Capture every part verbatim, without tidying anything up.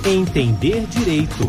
Entender Direito.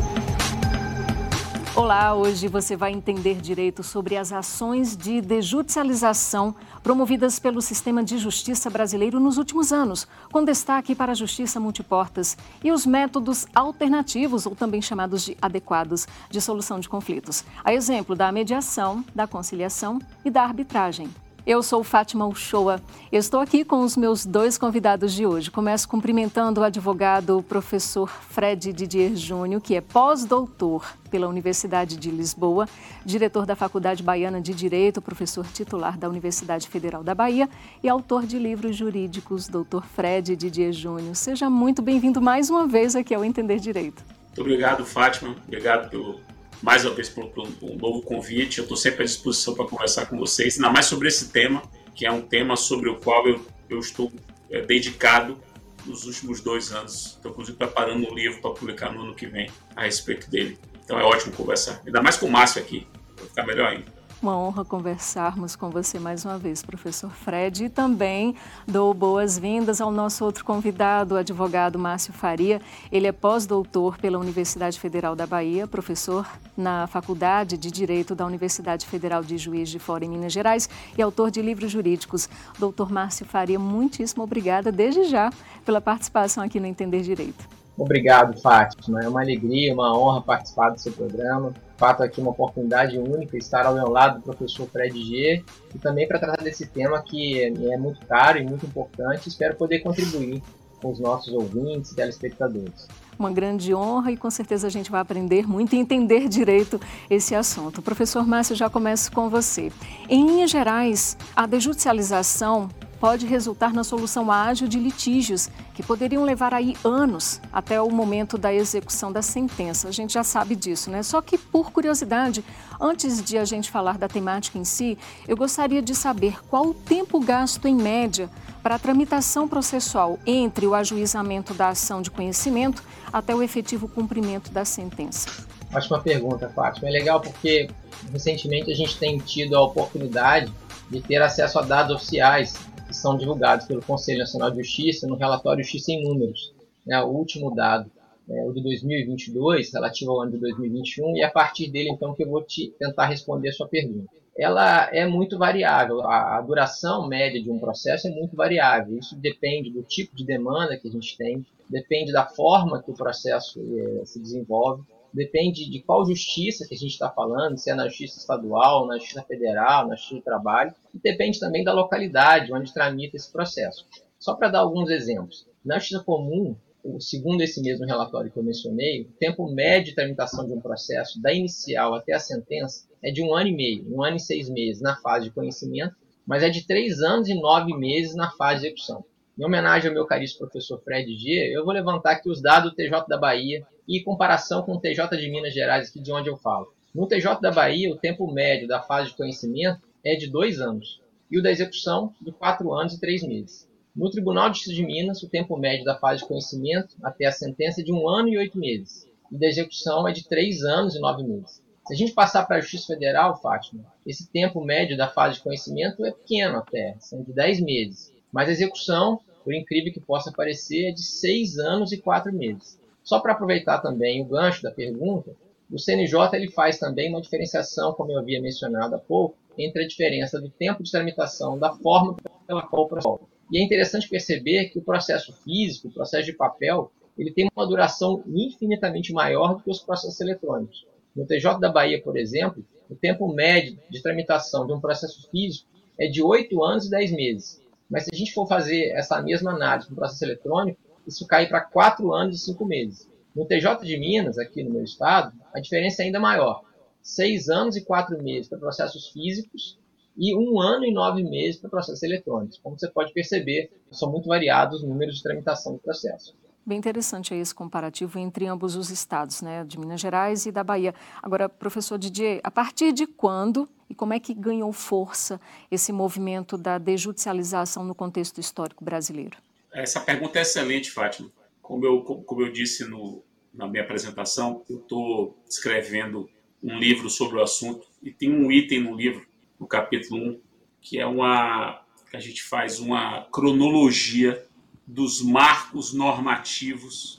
Olá, hoje você vai entender direito sobre as ações de desjudicialização promovidas pelo sistema de justiça brasileiro nos últimos anos, com destaque para a justiça multiportas e os métodos alternativos, ou também chamados de adequados, de solução de conflitos. A exemplo da mediação, da conciliação e da arbitragem. Eu sou Fátima Uchoa. Estou aqui com os meus dois convidados de hoje. Começo cumprimentando o advogado professor Fred Didier Júnior, que é pós-doutor pela Universidade de Lisboa, diretor da Faculdade Baiana de Direito, professor titular da Universidade Federal da Bahia e autor de livros jurídicos, doutor Fred Didier Júnior. Seja muito bem-vindo mais uma vez aqui ao Entender Direito. Muito obrigado, Fátima. Obrigado pelo... mais uma vez por, por, por um novo convite. Eu estou sempre à disposição para conversar com vocês, ainda mais sobre esse tema, que é um tema sobre o qual eu, eu estou é, dedicado nos últimos dois anos. Estou, inclusive, preparando um livro para publicar no ano que vem a respeito dele. Então é ótimo conversar, ainda mais com o Márcio aqui, vai ficar melhor ainda. Uma honra conversarmos com você mais uma vez, professor Fred. E também dou boas-vindas ao nosso outro convidado, o advogado Márcio Faria. Ele é pós-doutor pela Universidade Federal da Bahia, professor na Faculdade de Direito da Universidade Federal de Juiz de Fora, em Minas Gerais, e autor de livros jurídicos. Doutor Márcio Faria, muitíssimo obrigada desde já pela participação aqui no Entender Direito. Obrigado, Fátima. É uma alegria, uma honra participar do seu programa. Fato aqui uma oportunidade única estar ao meu lado do professor Fred G e também para tratar desse tema que é muito caro e muito importante. Espero poder contribuir com os nossos ouvintes e telespectadores. Uma grande honra e com certeza a gente vai aprender muito e entender direito esse assunto. Professor Márcio, já começo com você. Em linhas gerais, a desjudicialização pode resultar na solução ágil de litígios que poderiam levar aí anos até o momento da execução da sentença. A gente já sabe disso, né? Só que, por curiosidade, antes de a gente falar da temática em si, eu gostaria de saber qual o tempo gasto em média para a tramitação processual entre o ajuizamento da ação de conhecimento até o efetivo cumprimento da sentença. Ótima pergunta, Fátima. É legal porque recentemente a gente tem tido a oportunidade de ter acesso a dados oficiais que são divulgados pelo Conselho Nacional de Justiça no relatório Justiça em Números, né? O último dado é o de dois mil e vinte e dois, relativo ao ano de dois mil e vinte e um, e a partir dele, então, que eu vou te tentar responder a sua pergunta. Ela é muito variável, a, a duração média de um processo é muito variável, isso depende do tipo de demanda que a gente tem, depende da forma que o processo é, se desenvolve, depende de qual justiça que a gente está falando, se é na justiça estadual, na justiça federal, na justiça do trabalho, e depende também da localidade onde tramita esse processo. Só para dar alguns exemplos, na justiça comum, segundo esse mesmo relatório que eu mencionei, o tempo médio de tramitação de um processo, da inicial até a sentença, é de um ano e meio, um ano e seis meses na fase de conhecimento, mas é de três anos e nove meses na fase de execução. Em homenagem ao meu caríssimo professor Fred G, eu vou levantar aqui os dados do T J da Bahia e em comparação com o T J de Minas Gerais, aqui de onde eu falo. No T J da Bahia, o tempo médio da fase de conhecimento é de dois anos e o da execução de quatro anos e três meses. No Tribunal de Justiça de Minas, o tempo médio da fase de conhecimento até a sentença é de um ano e oito meses e da execução é de três anos e nove meses. Se a gente passar para a Justiça Federal, Fátima, esse tempo médio da fase de conhecimento é pequeno até, são de dez meses. Mas a execução, por incrível que possa parecer, é de seis anos e quatro meses. Só para aproveitar também o gancho da pergunta, o C N J ele faz também uma diferenciação, como eu havia mencionado há pouco, entre a diferença do tempo de tramitação, da forma pela qual o processo. E é interessante perceber que o processo físico, o processo de papel, ele tem uma duração infinitamente maior do que os processos eletrônicos. No T J da Bahia, por exemplo, o tempo médio de tramitação de um processo físico é de oito anos e dez meses. Mas se a gente for fazer essa mesma análise no processo eletrônico, isso cai para quatro anos e cinco meses. No T J de Minas, aqui no meu estado, a diferença é ainda maior. seis anos e quatro meses para processos físicos e um ano e nove meses para processos eletrônicos. Como você pode perceber, são muito variados os números de tramitação do processo. Bem interessante esse comparativo entre ambos os estados, né, de Minas Gerais e da Bahia. Agora, professor Didier, a partir de quando e como é que ganhou força esse movimento da desjudicialização no contexto histórico brasileiro? Essa pergunta é excelente, Fátima. Como eu, como eu disse no, na minha apresentação, eu estou escrevendo um livro sobre o assunto e tem um item no livro, no capítulo um, que é uma que a gente faz uma cronologia dos marcos normativos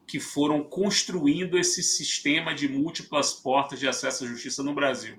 que foram construindo esse sistema de múltiplas portas de acesso à justiça no Brasil.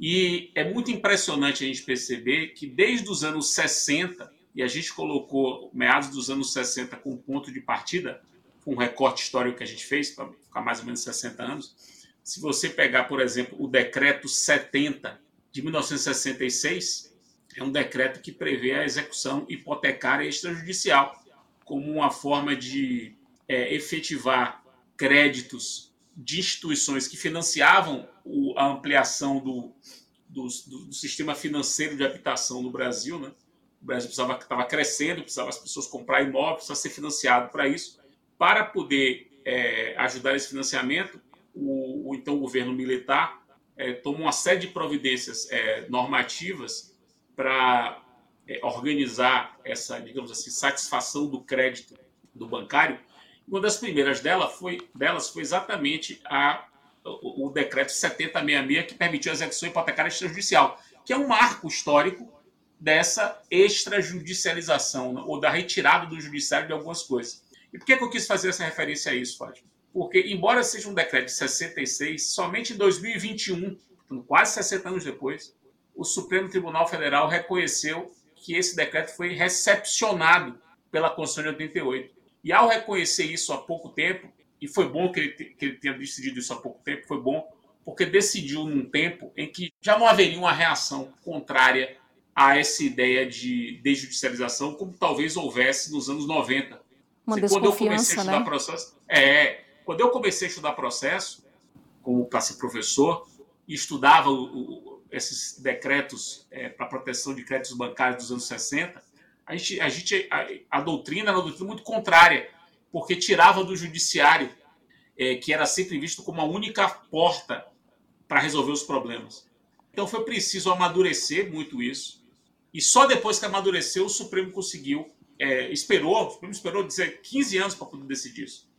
E é muito impressionante a gente perceber que desde os anos sessenta, e a gente colocou meados dos anos sessenta como ponto de partida, um recorte histórico que a gente fez, para ficar mais ou menos sessenta anos, se você pegar, por exemplo, o decreto setenta de mil novecentos e sessenta e seis, é um decreto que prevê a execução hipotecária extrajudicial como uma forma de é, efetivar créditos de instituições que financiavam o, a ampliação do, do, do sistema financeiro de habitação no Brasil, né? O Brasil precisava, estava crescendo, precisava as pessoas comprar imóveis, precisava ser financiado para isso. Para poder é, ajudar esse financiamento, o, o então o governo militar é, tomou uma série de providências é, normativas para é, organizar essa, digamos assim, satisfação do crédito do bancário. Uma das primeiras delas foi, delas foi exatamente a, o, o decreto setenta sessenta e seis, que permitiu a execução hipotecária extrajudicial, que é um marco histórico dessa extrajudicialização, né, ou da retirada do judiciário de algumas coisas. E por que eu quis fazer essa referência a isso, Fátima? Porque, embora seja um decreto de sessenta e seis, somente em dois mil e vinte e um, quase sessenta anos depois, o Supremo Tribunal Federal reconheceu que esse decreto foi recepcionado pela Constituição de oitenta e oito. E, ao reconhecer isso há pouco tempo, e foi bom que ele, que ele tenha decidido isso há pouco tempo, foi bom, porque decidiu num tempo em que já não haveria uma reação contrária a essa ideia de desjudicialização, como talvez houvesse nos anos noventa. Uma Quando eu comecei a estudar né? processo, é, quando eu comecei a estudar processo, como para ser professor, e estudava o, o, esses decretos é, para proteção de créditos bancários dos anos sessenta, a gente, a, gente, a, a doutrina era uma doutrina muito contrária, porque tirava do judiciário, é, que era sempre visto como a única porta para resolver os problemas. Então foi preciso amadurecer muito isso, e só depois que amadureceu o Supremo conseguiu, é, esperou, o Supremo esperou dizer quinze anos para poder decidir isso.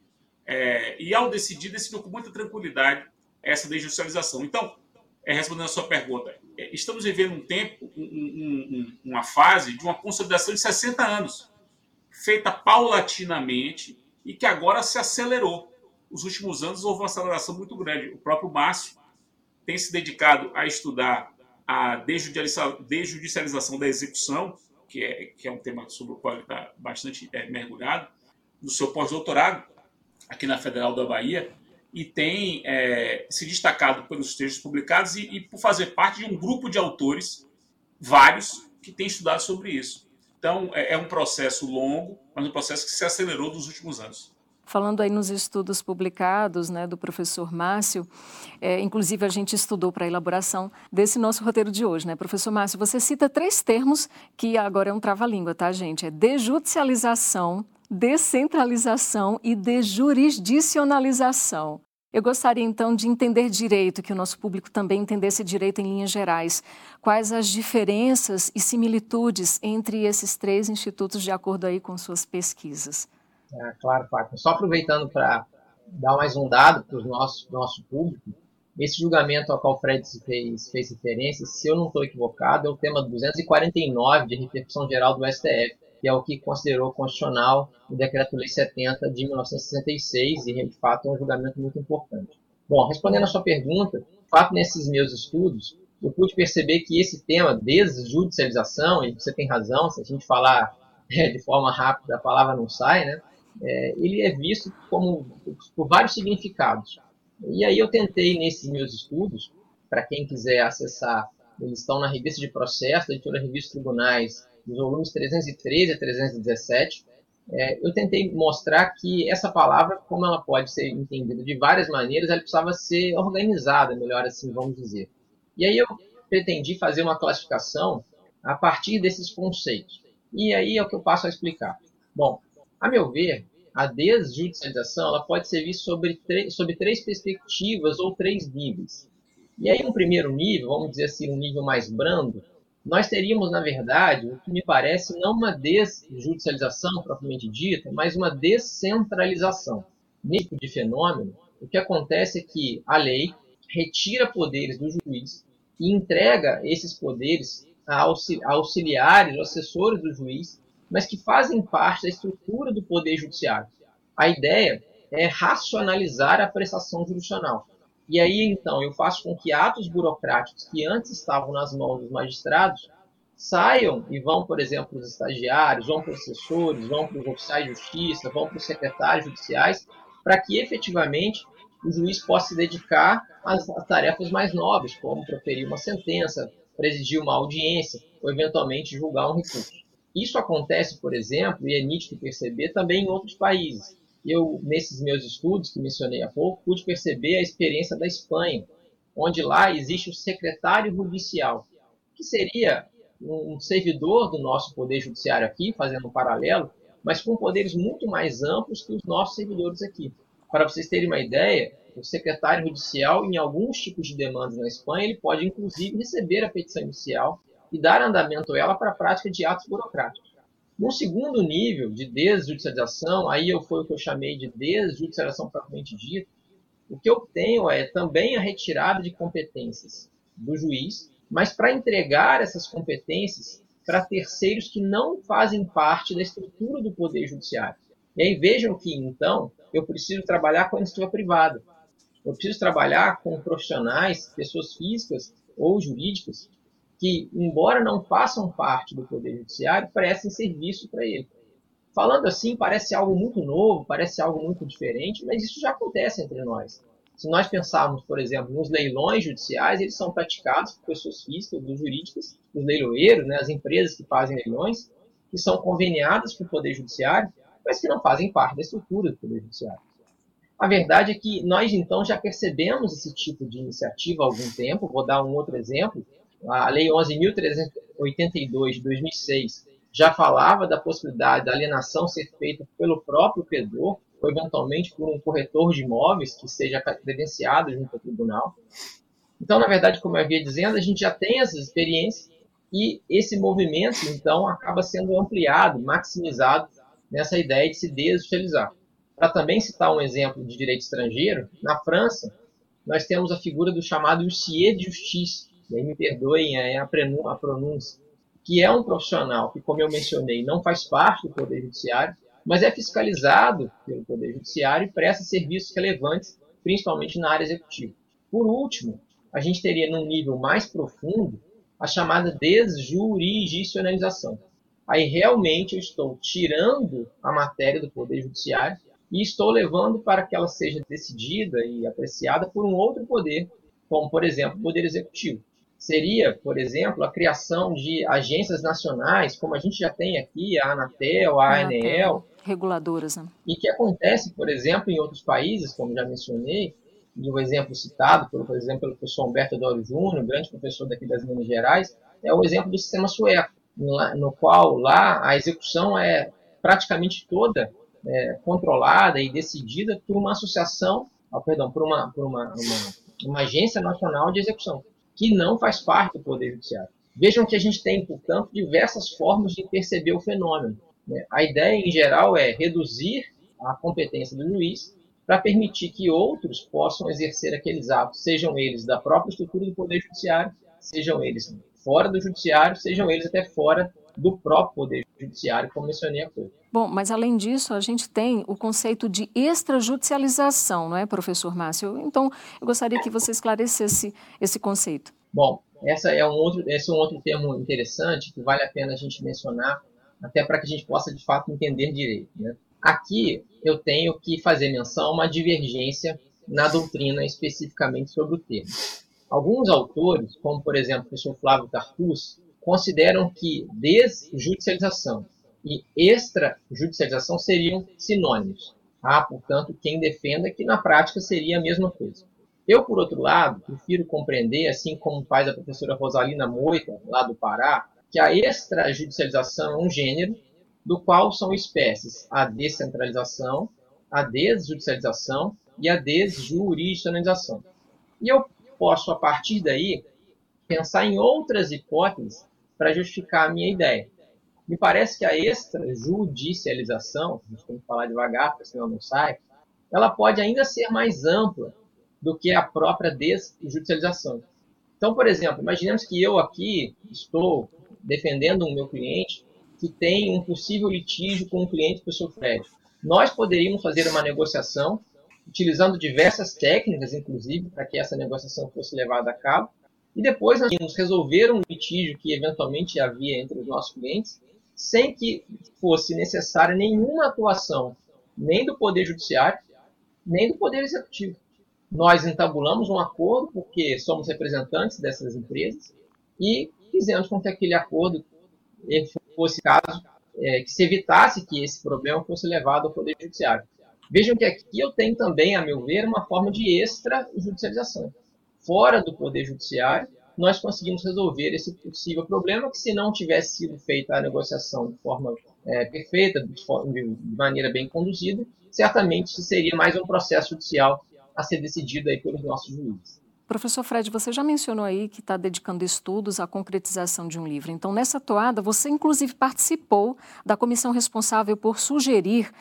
É, e ao decidir, decidiu com muita tranquilidade essa desjudicialização. Então, é, respondendo a sua pergunta, é, estamos vivendo um tempo, um, um, um, uma fase de uma consolidação de sessenta anos, feita paulatinamente e que agora se acelerou. Nos últimos anos houve uma aceleração muito grande. O próprio Márcio tem se dedicado a estudar a desjudicialização da execução, que é, que é um tema sobre o qual ele está bastante é, mergulhado, no seu pós-doutorado, aqui na Federal da Bahia, e tem é, se destacado pelos textos publicados e, e por fazer parte de um grupo de autores, vários, que têm estudado sobre isso. Então, é, é um processo longo, mas um processo que se acelerou nos últimos anos. Falando aí nos estudos publicados, né, do professor Márcio, é, inclusive a gente estudou para a elaboração desse nosso roteiro de hoje, né? Professor Márcio, você cita três termos que agora é um trava-língua, tá, gente? É desjudicialização, descentralização e desjurisdicionalização. Eu gostaria, então, de entender direito, que o nosso público também entendesse direito em linhas gerais. Quais as diferenças e similitudes entre esses três institutos, de acordo aí com suas pesquisas? É, claro, Fátima. Só aproveitando para dar mais um dado para o nosso, nosso público, esse julgamento ao qual o Fred fez, fez referência, se eu não estou equivocado, é o tema duzentos e quarenta e nove de repercussão geral do S T F, que é o que considerou constitucional o Decreto-Lei setenta de mil novecentos e sessenta e seis, e de fato é um julgamento muito importante. Bom, respondendo a sua pergunta, de fato, nesses meus estudos, eu pude perceber que esse tema, desjudicialização, e você tem razão, se a gente falar é, de forma rápida, a palavra não sai, né? É, ele é visto como, por vários significados. E aí eu tentei, nesses meus estudos, para quem quiser acessar, eles estão na revista de processo, da editora Revista Tribunais, dos volumes trezentos e treze a trezentos e dezessete, é, eu tentei mostrar que essa palavra, como ela pode ser entendida de várias maneiras, ela precisava ser organizada, melhor assim, vamos dizer. E aí eu pretendi fazer uma classificação a partir desses conceitos. E aí é o que eu passo a explicar. Bom, a meu ver, a desjudicialização ela pode ser vista sobre, sobre três perspectivas ou três níveis. E aí, um primeiro nível, vamos dizer assim, um nível mais brando, nós teríamos, na verdade, o que me parece, não uma desjudicialização propriamente dita, mas uma descentralização. Nesse tipo de fenômeno, o que acontece é que a lei retira poderes do juiz e entrega esses poderes a auxiliares ou assessores do juiz, mas que fazem parte da estrutura do Poder Judiciário. A ideia é racionalizar a prestação jurisdicional. E aí, então, eu faço com que atos burocráticos que antes estavam nas mãos dos magistrados saiam e vão, por exemplo, para os estagiários, vão para os assessores, vão para os oficiais de justiça, vão para os secretários judiciais, para que efetivamente o juiz possa se dedicar às, às tarefas mais nobres, como proferir uma sentença, presidir uma audiência ou, eventualmente, julgar um recurso. Isso acontece, por exemplo, e é nítido perceber também em outros países. Eu, nesses meus estudos, que mencionei há pouco, pude perceber a experiência da Espanha, onde lá existe o secretário judicial, que seria um servidor do nosso poder judiciário aqui, fazendo um paralelo, mas com poderes muito mais amplos que os nossos servidores aqui. Para vocês terem uma ideia, o secretário judicial, em alguns tipos de demandas na Espanha, ele pode, inclusive, receber a petição inicial e dar andamento a ela para a prática de atos burocráticos. No segundo nível de desjudicialização, aí eu foi o que eu chamei de desjudicialização propriamente dita, o que eu tenho é também a retirada de competências do juiz, mas para entregar essas competências para terceiros que não fazem parte da estrutura do Poder Judiciário. E aí vejam que, então, eu preciso trabalhar com a iniciativa privada. Eu preciso trabalhar com profissionais, pessoas físicas ou jurídicas, que, embora não façam parte do Poder Judiciário, prestem serviço para ele. Falando assim, parece algo muito novo, parece algo muito diferente, mas isso já acontece entre nós. Se nós pensarmos, por exemplo, nos leilões judiciais, eles são praticados por pessoas físicas, dos jurídicas, os leiloeiros, né, as empresas que fazem leilões, que são conveniadas com o Poder Judiciário, mas que não fazem parte da estrutura do Poder Judiciário. A verdade é que nós, então, já percebemos esse tipo de iniciativa há algum tempo. Vou dar um outro exemplo. A Lei onze mil trezentos e oitenta e dois, de dois mil e seis, já falava da possibilidade da alienação ser feita pelo próprio credor, ou eventualmente por um corretor de imóveis que seja credenciado junto ao tribunal. Então, na verdade, como eu havia dizendo, a gente já tem essas experiências e esse movimento, então, acaba sendo ampliado, maximizado nessa ideia de se desjudicializar. Para também citar um exemplo de direito estrangeiro, na França, nós temos a figura do chamado huissier de justice, e aí me perdoem a pronúncia, que é um profissional que, como eu mencionei, não faz parte do Poder Judiciário, mas é fiscalizado pelo Poder Judiciário e presta serviços relevantes, principalmente na área executiva. Por último, a gente teria, num nível mais profundo, a chamada desjurisdicionalização. Aí, realmente, eu estou tirando a matéria do Poder Judiciário e estou levando para que ela seja decidida e apreciada por um outro poder, como, por exemplo, o Poder Executivo. Seria, por exemplo, a criação de agências nacionais, como a gente já tem aqui, a Anatel, a ANEEL. Reguladoras, né? E que acontece, por exemplo, em outros países, como já mencionei, e o exemplo citado, por, por exemplo, pelo professor Humberto Eudório Júnior, grande professor daqui das Minas Gerais, é o exemplo do sistema sueco, no qual lá a execução é praticamente toda é, controlada e decidida por uma associação, oh, perdão, por, uma, por uma, uma, uma agência nacional de execução, que não faz parte do Poder Judiciário. Vejam que a gente tem, portanto, diversas formas de perceber o fenômeno. Né? A ideia, em geral, é reduzir a competência do juiz para permitir que outros possam exercer aqueles atos, sejam eles da própria estrutura do Poder Judiciário, sejam eles fora do Judiciário, sejam eles até fora do próprio Poder Judiciário, como mencionei há pouco. Bom, mas além disso, a gente tem o conceito de extrajudicialização, não é, professor Márcio? Então, eu gostaria que você esclarecesse esse conceito. Bom, essa é um outro, esse é um outro termo interessante que vale a pena a gente mencionar, até para que a gente possa, de fato, entender direito. Né? Aqui, eu tenho que fazer menção a uma divergência na doutrina, especificamente sobre o termo. Alguns autores, como, por exemplo, o professor Flávio Tartus, consideram que desjudicialização e extrajudicialização seriam sinônimos. Há, portanto, quem defenda que na prática seria a mesma coisa. Eu, por outro lado, prefiro compreender, assim como faz a professora Rosalina Moita, lá do Pará, que a extrajudicialização é um gênero do qual são espécies a descentralização, a desjudicialização e a desjurisdicionalização. E eu posso, a partir daí, pensar em outras hipóteses para justificar a minha ideia. Me parece que a extrajudicialização, a gente tem que falar devagar, porque senão não sai, ela pode ainda ser mais ampla do que a própria desjudicialização. Então, por exemplo, imaginemos que eu aqui estou defendendo o meu cliente que tem um possível litígio com um cliente do seu Fred. nós poderíamos fazer uma negociação, utilizando diversas técnicas, inclusive, para que essa negociação fosse levada a cabo, e depois nós íamos resolver um litígio que eventualmente havia entre os nossos clientes, sem que fosse necessária nenhuma atuação, nem do Poder Judiciário, nem do Poder Executivo. Nós entabulamos um acordo, porque somos representantes dessas empresas, e fizemos com que aquele acordo fosse caso é, que se evitasse que esse problema fosse levado ao Poder Judiciário. Vejam que aqui eu tenho também, a meu ver, uma forma de extrajudicialização. Fora do Poder Judiciário, nós conseguimos resolver esse possível problema, que se não tivesse sido feita a negociação de forma é, perfeita, de, forma, de maneira bem conduzida, certamente seria mais um processo judicial a ser decidido aí pelos nossos juízes. Professor Fred, você já mencionou aí que está dedicando estudos à concretização de um livro. Então, nessa toada, você inclusive participou da comissão responsável por sugerir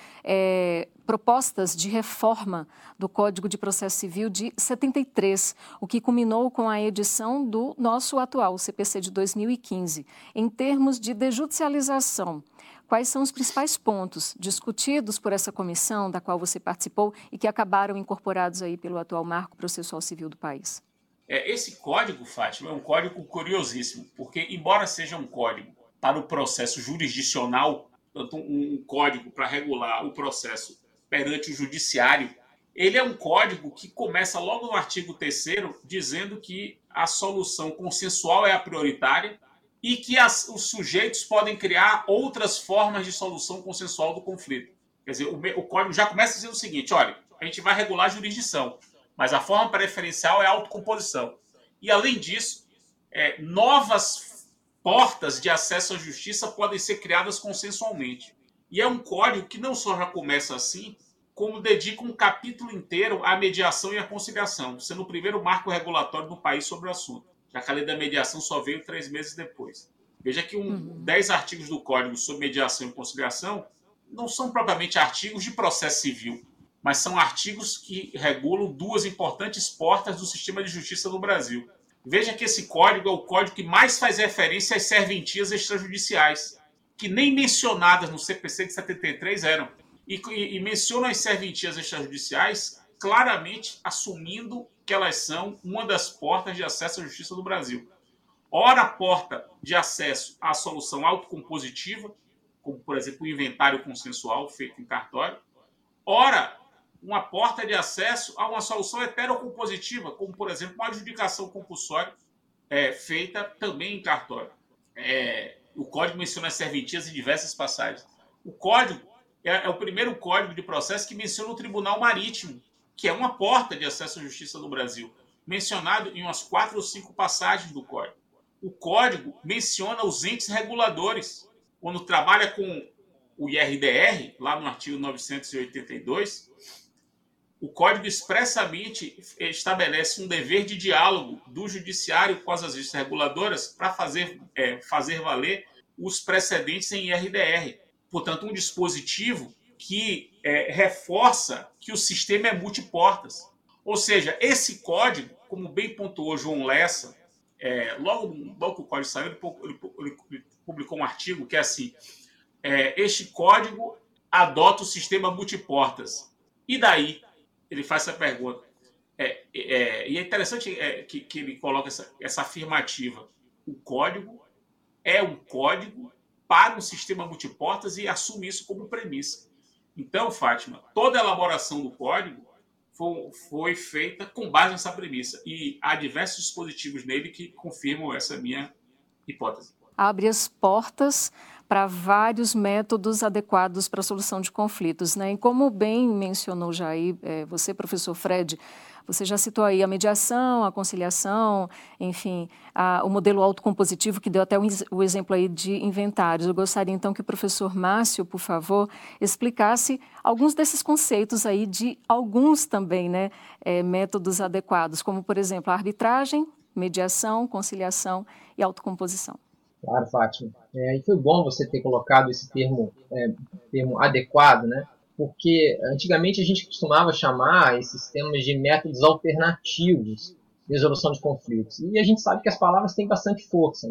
é, propostas de reforma do Código de Processo Civil de setenta e três, o que culminou com a edição do nosso atual C P C de dois mil e quinze. Em termos de desjudicialização, quais são os principais pontos discutidos por essa comissão da qual você participou e que acabaram incorporados aí pelo atual Marco Processual Civil do país? É, esse código, Fátima, é um código curiosíssimo, porque, embora seja um código para o processo jurisdicional, portanto, um, um código para regular o processo perante o judiciário, ele é um código que começa logo no artigo terceiro dizendo que a solução consensual é a prioritária e que as, os sujeitos podem criar outras formas de solução consensual do conflito. Quer dizer, o, o código já começa dizendo o seguinte: olha, a gente vai regular a jurisdição, mas a forma preferencial é a autocomposição. E, além disso, é, novas portas de acesso à justiça podem ser criadas consensualmente. E é um código que não só já começa assim, como dedica um capítulo inteiro à mediação e à conciliação, sendo o primeiro marco regulatório no país sobre o assunto, já que a lei da mediação só veio três meses depois. Veja que um, uhum. dez artigos do Código sobre mediação e conciliação não são propriamente artigos de processo civil, mas são artigos que regulam duas importantes portas do sistema de justiça no Brasil. Veja que esse código é o código que mais faz referência às serventias extrajudiciais, que nem mencionadas no C P C de setenta e três eram, e, e, e menciona as serventias extrajudiciais claramente assumindo que elas são uma das portas de acesso à justiça do Brasil. Ora, a porta de acesso à solução autocompositiva, como, por exemplo, o inventário consensual feito em cartório. Ora, uma porta de acesso a uma solução heterocompositiva, como, por exemplo, uma adjudicação compulsória é, feita também em cartório. É, o Código menciona as serventias em diversas passagens. O Código é, é o primeiro código de processo que menciona o Tribunal Marítimo, que é uma porta de acesso à justiça no Brasil, mencionado em umas quatro ou cinco passagens do Código. O Código menciona os entes reguladores. Quando trabalha com o I R D R, lá no artigo novecentos e oitenta e dois, o Código expressamente estabelece um dever de diálogo do judiciário com as agências reguladoras para fazer, é, fazer valer os precedentes em I R D R. Portanto, um dispositivo que é, reforça que o sistema é multiportas. Ou seja, esse código, como bem pontuou João Lessa, é, logo, logo que o código saiu, ele, ele, ele publicou um artigo que é assim: é, este código adota o sistema multiportas. E daí? Ele faz essa pergunta. É, é, e é interessante é, que, que ele coloca essa, essa afirmativa. O código é um código para um sistema multiportas e assume isso como premissa. Então, Fátima, toda a elaboração do código foi, foi feita com base nessa premissa. E há diversos dispositivos nele que confirmam essa minha hipótese. Abre as portas para vários métodos adequados para a solução de conflitos, né? E como bem mencionou já aí, é, você, professor Fred, você já citou aí a mediação, a conciliação, enfim, a, o modelo autocompositivo, que deu até o, o exemplo aí de inventários. Eu gostaria então que o professor Márcio, por favor, explicasse alguns desses conceitos aí de alguns também, né, é, métodos adequados, como, por exemplo, a arbitragem, mediação, conciliação e autocomposição. Claro, Fátima. É, e foi bom você ter colocado esse termo, é, termo adequado, né? Porque antigamente a gente costumava chamar esses termos de métodos alternativos de resolução de conflitos. E a gente sabe que as palavras têm bastante força, né?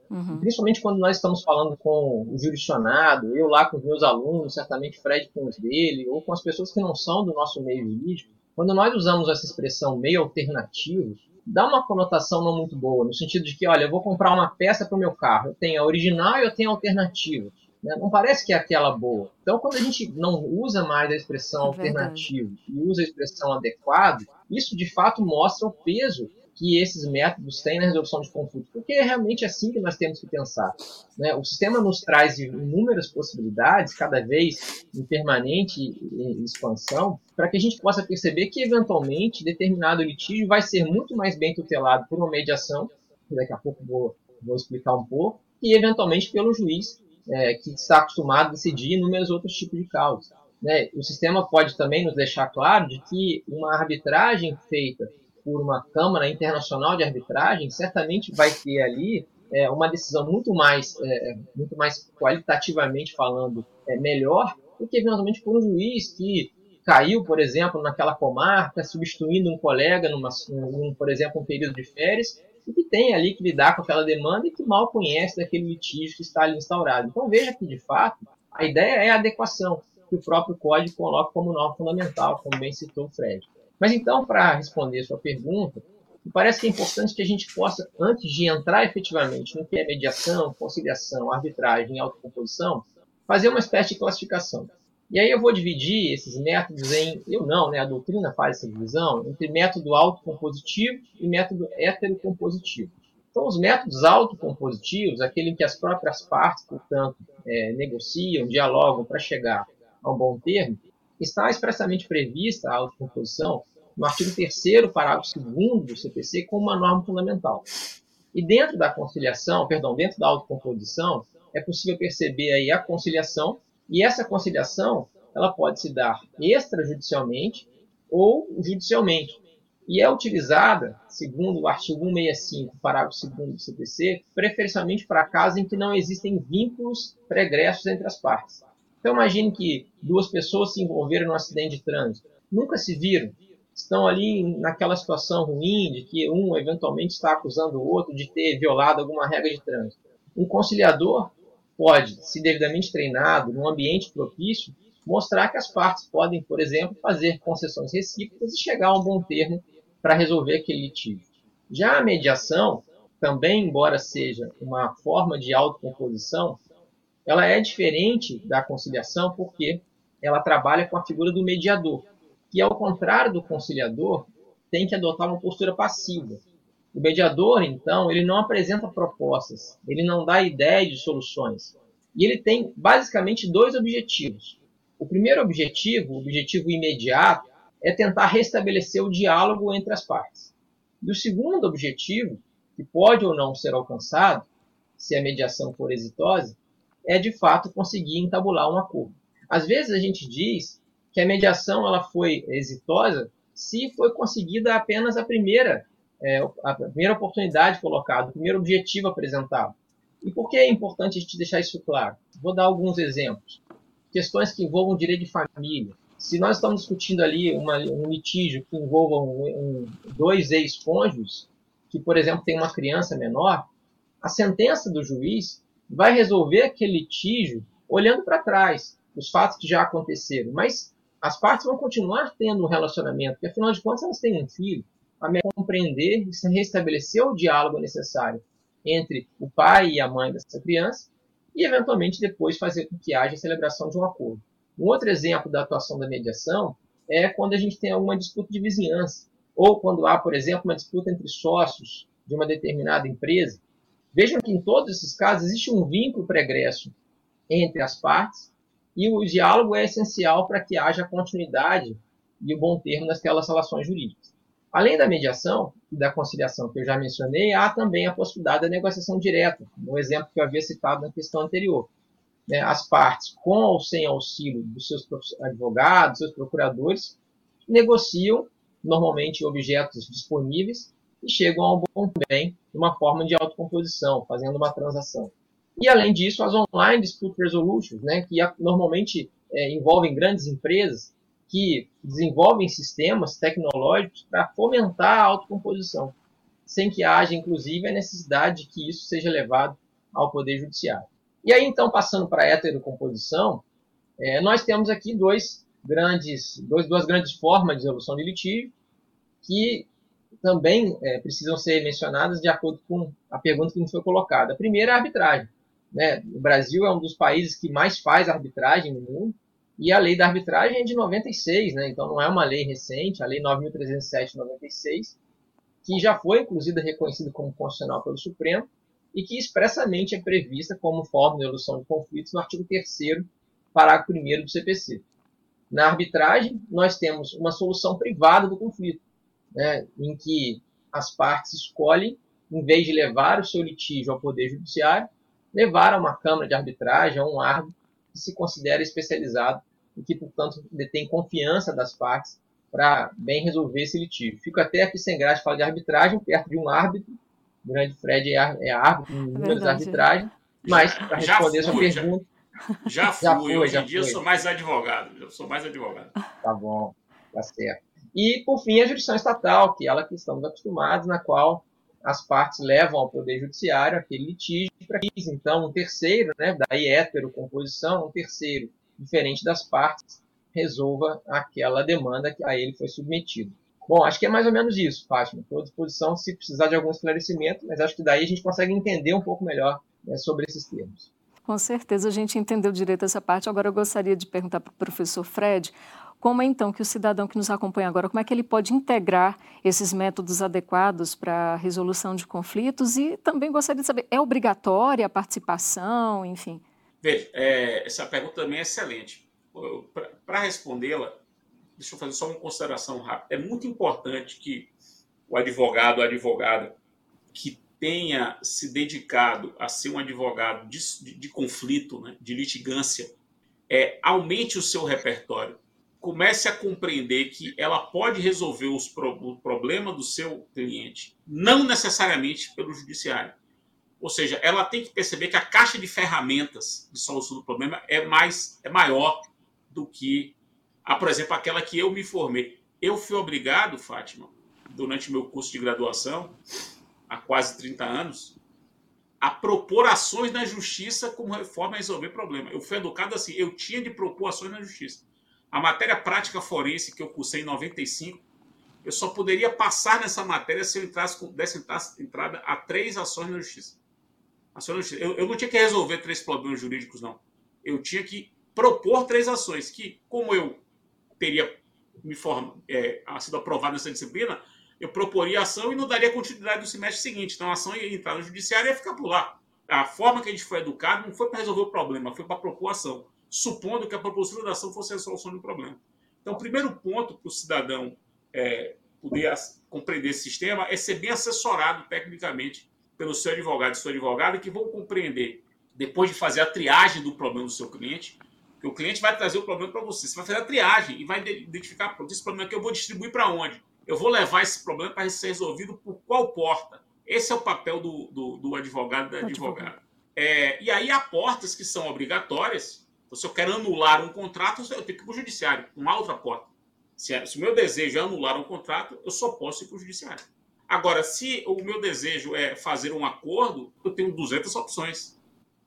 Uhum. Principalmente quando nós estamos falando com o jurisdicionado, eu lá com os meus alunos, certamente Fred com os dele, ou com as pessoas que não são do nosso meio jurídico, quando nós usamos essa expressão meio alternativo, dá uma conotação não muito boa, no sentido de que, olha, eu vou comprar uma peça para o meu carro, eu tenho a original e eu tenho a alternativa. Né? Não parece que é aquela boa. Então, quando a gente não usa mais a expressão É alternativo e usa a expressão adequado, isso de fato mostra o peso que esses métodos têm na resolução de conflitos, porque é realmente assim que nós temos que pensar. Né? O sistema nos traz inúmeras possibilidades, cada vez em permanente expansão, para que a gente possa perceber que, eventualmente, determinado litígio vai ser muito mais bem tutelado por uma mediação, que daqui a pouco vou, vou explicar um pouco, e, eventualmente, pelo juiz, é, que está acostumado a decidir inúmeros outros tipos de causas. Né? O sistema pode também nos deixar claro de que uma arbitragem feita por uma Câmara Internacional de Arbitragem, certamente vai ter ali é, uma decisão muito mais, é, muito mais qualitativamente falando, é, melhor do que eventualmente por um juiz que caiu, por exemplo, naquela comarca, substituindo um colega, numa, num, por exemplo, um período de férias, e que tem ali que lidar com aquela demanda e que mal conhece daquele litígio que está ali instaurado. Então veja que, de fato, a ideia é a adequação, que o próprio Código coloca como norma fundamental, como bem citou o Fred. Mas então, para responder a sua pergunta, me parece que é importante que a gente possa, antes de entrar efetivamente no que é mediação, conciliação, arbitragem e autocomposição, fazer uma espécie de classificação. E aí eu vou dividir esses métodos em, eu não, né, a doutrina faz essa divisão, entre método autocompositivo e método heterocompositivo. Então, os métodos autocompositivos, aquele em que as próprias partes, portanto, é, negociam, dialogam para chegar a um bom termo, está expressamente prevista a autocomposição no artigo terceiro, parágrafo segundo do C P C, como uma norma fundamental. E dentro da conciliação, perdão, dentro da autocomposição, é possível perceber aí a conciliação, e essa conciliação ela pode se dar extrajudicialmente ou judicialmente. E é utilizada, segundo o artigo cento e sessenta e cinco, parágrafo segundo do C P C, preferencialmente para casos em que não existem vínculos pregressos entre as partes. Então imagine que duas pessoas se envolveram num acidente de trânsito, nunca se viram, estão ali naquela situação ruim de que um eventualmente está acusando o outro de ter violado alguma regra de trânsito. Um conciliador pode, se devidamente treinado, num ambiente propício, mostrar que as partes podem, por exemplo, fazer concessões recíprocas e chegar a um bom termo para resolver aquele litígio. Já a mediação, também embora seja uma forma de autocomposição, ela é diferente da conciliação porque ela trabalha com a figura do mediador, que, ao contrário do conciliador, tem que adotar uma postura passiva. O mediador, então, ele não apresenta propostas, ele não dá ideia de soluções. E ele tem, basicamente, dois objetivos. O primeiro objetivo, o objetivo imediato, é tentar restabelecer o diálogo entre as partes. E o segundo objetivo, que pode ou não ser alcançado, se a mediação for exitosa, é, de fato, conseguir entabular um acordo. Às vezes a gente diz que a mediação ela foi exitosa se foi conseguida apenas a primeira, é, a primeira oportunidade colocada, o primeiro objetivo apresentado. E por que é importante a gente deixar isso claro? Vou dar alguns exemplos. Questões que envolvam direito de família. Se nós estamos discutindo ali uma, um litígio que envolva um, um, dois ex-cônjuges, que, por exemplo, tem uma criança menor, a sentença do juiz vai resolver aquele litígio olhando para trás, os fatos que já aconteceram. Mas as partes vão continuar tendo um relacionamento, porque, afinal de contas, elas têm um filho. A mulher compreender e se restabelecer o diálogo necessário entre o pai e a mãe dessa criança e, eventualmente, depois fazer com que haja a celebração de um acordo. Um outro exemplo da atuação da mediação é quando a gente tem alguma disputa de vizinhança, ou quando há, por exemplo, uma disputa entre sócios de uma determinada empresa. Vejam que em todos esses casos existe um vínculo pregresso entre as partes e o diálogo é essencial para que haja continuidade e o bom termo daquelas relações jurídicas. Além da mediação e da conciliação que eu já mencionei, há também a possibilidade da negociação direta, no exemplo que eu havia citado na questão anterior. As partes, com ou sem auxílio dos seus advogados, seus procuradores, negociam normalmente objetos disponíveis e chegam ao bom bem de uma forma de autocomposição, fazendo uma transação. E, além disso, as online dispute resolutions, né, que normalmente é, envolvem grandes empresas que desenvolvem sistemas tecnológicos para fomentar a autocomposição, sem que haja, inclusive, a necessidade de que isso seja levado ao Poder Judiciário. E aí, então, passando para a heterocomposição, é, nós temos aqui dois grandes, dois, duas grandes formas de resolução de litígio que também é, precisam ser mencionadas de acordo com a pergunta que nos foi colocada. A primeira é a arbitragem. Né? O Brasil é um dos países que mais faz arbitragem no mundo, e a lei da arbitragem é de noventa e seis, né? Então não é uma lei recente, a lei nove mil trezentos e sete de noventa e seis, que já foi, inclusive, reconhecida como constitucional pelo Supremo, e que expressamente é prevista como forma de resolução de conflitos no artigo terceiro, parágrafo primeiro do C P C. Na arbitragem, nós temos uma solução privada do conflito, né, em que as partes escolhem, em vez de levar o seu litígio ao Poder Judiciário, levar a uma Câmara de Arbitragem, a um árbitro que se considera especializado e que, portanto, detém confiança das partes para bem resolver esse litígio. Fico até aqui sem graça de falar de arbitragem, perto de um árbitro. O grande Fred é árbitro em números de arbitragem, mas para responder a sua pergunta... Já fui, já fui. Hoje já em dia eu sou mais advogado. Eu sou mais advogado. Tá bom, tá certo. E, por fim, a jurisdição estatal, que é ela que estamos acostumados, na qual as partes levam ao Poder Judiciário aquele litígio para que, então, um terceiro, né, daí heterocomposição, um terceiro, diferente das partes, resolva aquela demanda que a ele foi submetido. Bom, acho que é mais ou menos isso, Fátima. Estou à disposição se precisar de algum esclarecimento, mas acho que daí a gente consegue entender um pouco melhor, né, sobre esses termos. Com certeza a gente entendeu direito essa parte. Agora eu gostaria de perguntar para o professor Fred, como é então que o cidadão que nos acompanha agora, como é que ele pode integrar esses métodos adequados para a resolução de conflitos, e também gostaria de saber, é obrigatória a participação, enfim? Veja, é, essa pergunta também é excelente. Para respondê-la, deixa eu fazer só uma consideração rápida. É muito importante que o advogado, a advogada que tenha se dedicado a ser um advogado de, de, de conflito, né, de litigância, é, aumente o seu repertório, comece a compreender que ela pode resolver os pro, o problema do seu cliente, não necessariamente pelo judiciário. Ou seja, ela tem que perceber que a caixa de ferramentas de solução do problema é, mais, é maior do que, a, por exemplo, aquela que eu me formei. Eu fui obrigado, Fátima, durante meu curso de graduação, há quase trinta anos, a propor ações na justiça como forma de resolver problema. Eu fui educado assim, eu tinha de propor ações na justiça. A matéria prática forense que eu cursei em noventa e cinco, eu só poderia passar nessa matéria se eu entrasse com, desse entrada a três ações na justiça. Ações na justiça. Eu, eu não tinha que resolver três problemas jurídicos, não. Eu tinha que propor três ações, que, como eu teria me form, é, sido aprovado nessa disciplina, eu proporia a ação e não daria continuidade no semestre seguinte. Então a ação ia entrar no judiciário e ia ficar por lá. A forma que a gente foi educado não foi para resolver o problema, foi para propor a ação, supondo que a propositura da ação fosse a solução do problema. Então o primeiro ponto para o cidadão é, poder compreender esse sistema é ser bem assessorado tecnicamente pelo seu advogado e sua advogada, que vão compreender, depois de fazer a triagem do problema do seu cliente, que o cliente vai trazer o problema para você. Você vai fazer a triagem e vai identificar, pronto, esse problema que eu vou distribuir para onde? Eu vou levar esse problema para ser resolvido por qual porta? Esse é o papel do, do, do advogado e da advogada. É, e aí há portas que são obrigatórias. Então, se eu quero anular um contrato, eu tenho que ir para o judiciário, uma outra porta. Se, se o meu desejo é anular um contrato, eu só posso ir para o judiciário. Agora, se o meu desejo é fazer um acordo, eu tenho duzentas opções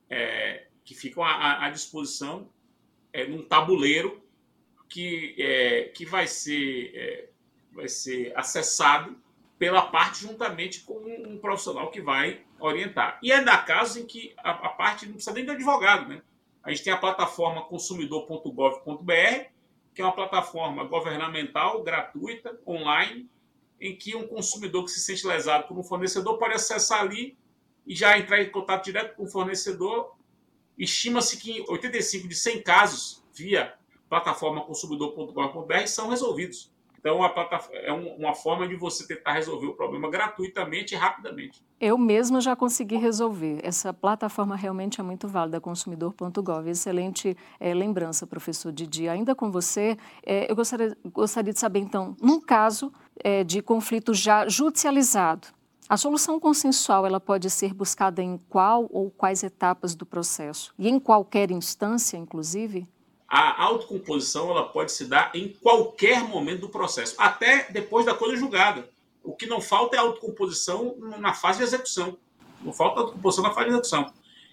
é, que ficam à, à disposição é, num tabuleiro que, é, que vai ser... É, vai ser acessado pela parte juntamente com um profissional que vai orientar. E ainda há casos em que a, a parte não precisa nem de advogado, né? A gente tem a plataforma consumidor ponto gov ponto br, que é uma plataforma governamental, gratuita, online, em que um consumidor que se sente lesado por um fornecedor pode acessar ali e já entrar em contato direto com o fornecedor. Estima-se que oitenta e cinco de cem casos via plataforma consumidor ponto gov ponto br são resolvidos. Então, a plataforma é uma forma de você tentar resolver o problema gratuitamente e rapidamente. Eu mesma já consegui resolver. Essa plataforma realmente é muito válida, consumidor ponto gov. Excelente é, lembrança, professor Didi. Ainda com você, é, eu gostaria, gostaria de saber, então, num caso é, de conflito já judicializado, a solução consensual ela pode ser buscada em qual ou quais etapas do processo? E em qualquer instância, inclusive? A autocomposição ela pode se dar em qualquer momento do processo, até depois da coisa julgada. O que não falta é autocomposição na fase de execução. Não falta autocomposição na fase de execução.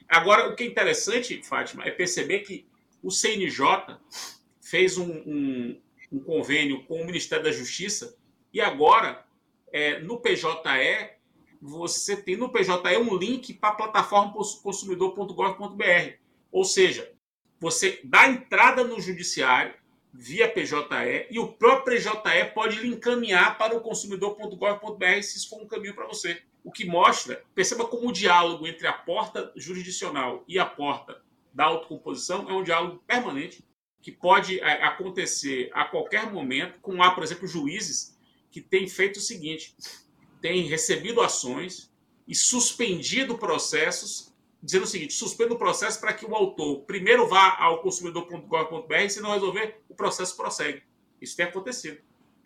Agora, o que é interessante, Fátima, é perceber que o C N J fez um, um, um convênio com o Ministério da Justiça e agora, é, no P J E, você tem no P J E um link para a plataforma consumidor ponto gov ponto br. Ou seja, você dá entrada no judiciário via P J E e o próprio P J E pode lhe encaminhar para o consumidor ponto gov ponto br se isso for um caminho para você. O que mostra, perceba como o diálogo entre a porta jurisdicional e a porta da autocomposição é um diálogo permanente que pode acontecer a qualquer momento, com, há, por exemplo, juízes que têm feito o seguinte, têm recebido ações e suspendido processos, dizendo o seguinte, suspendo o processo para que o autor primeiro vá ao consumidor ponto gov ponto br e, se não resolver, o processo prossegue. Isso tem acontecido.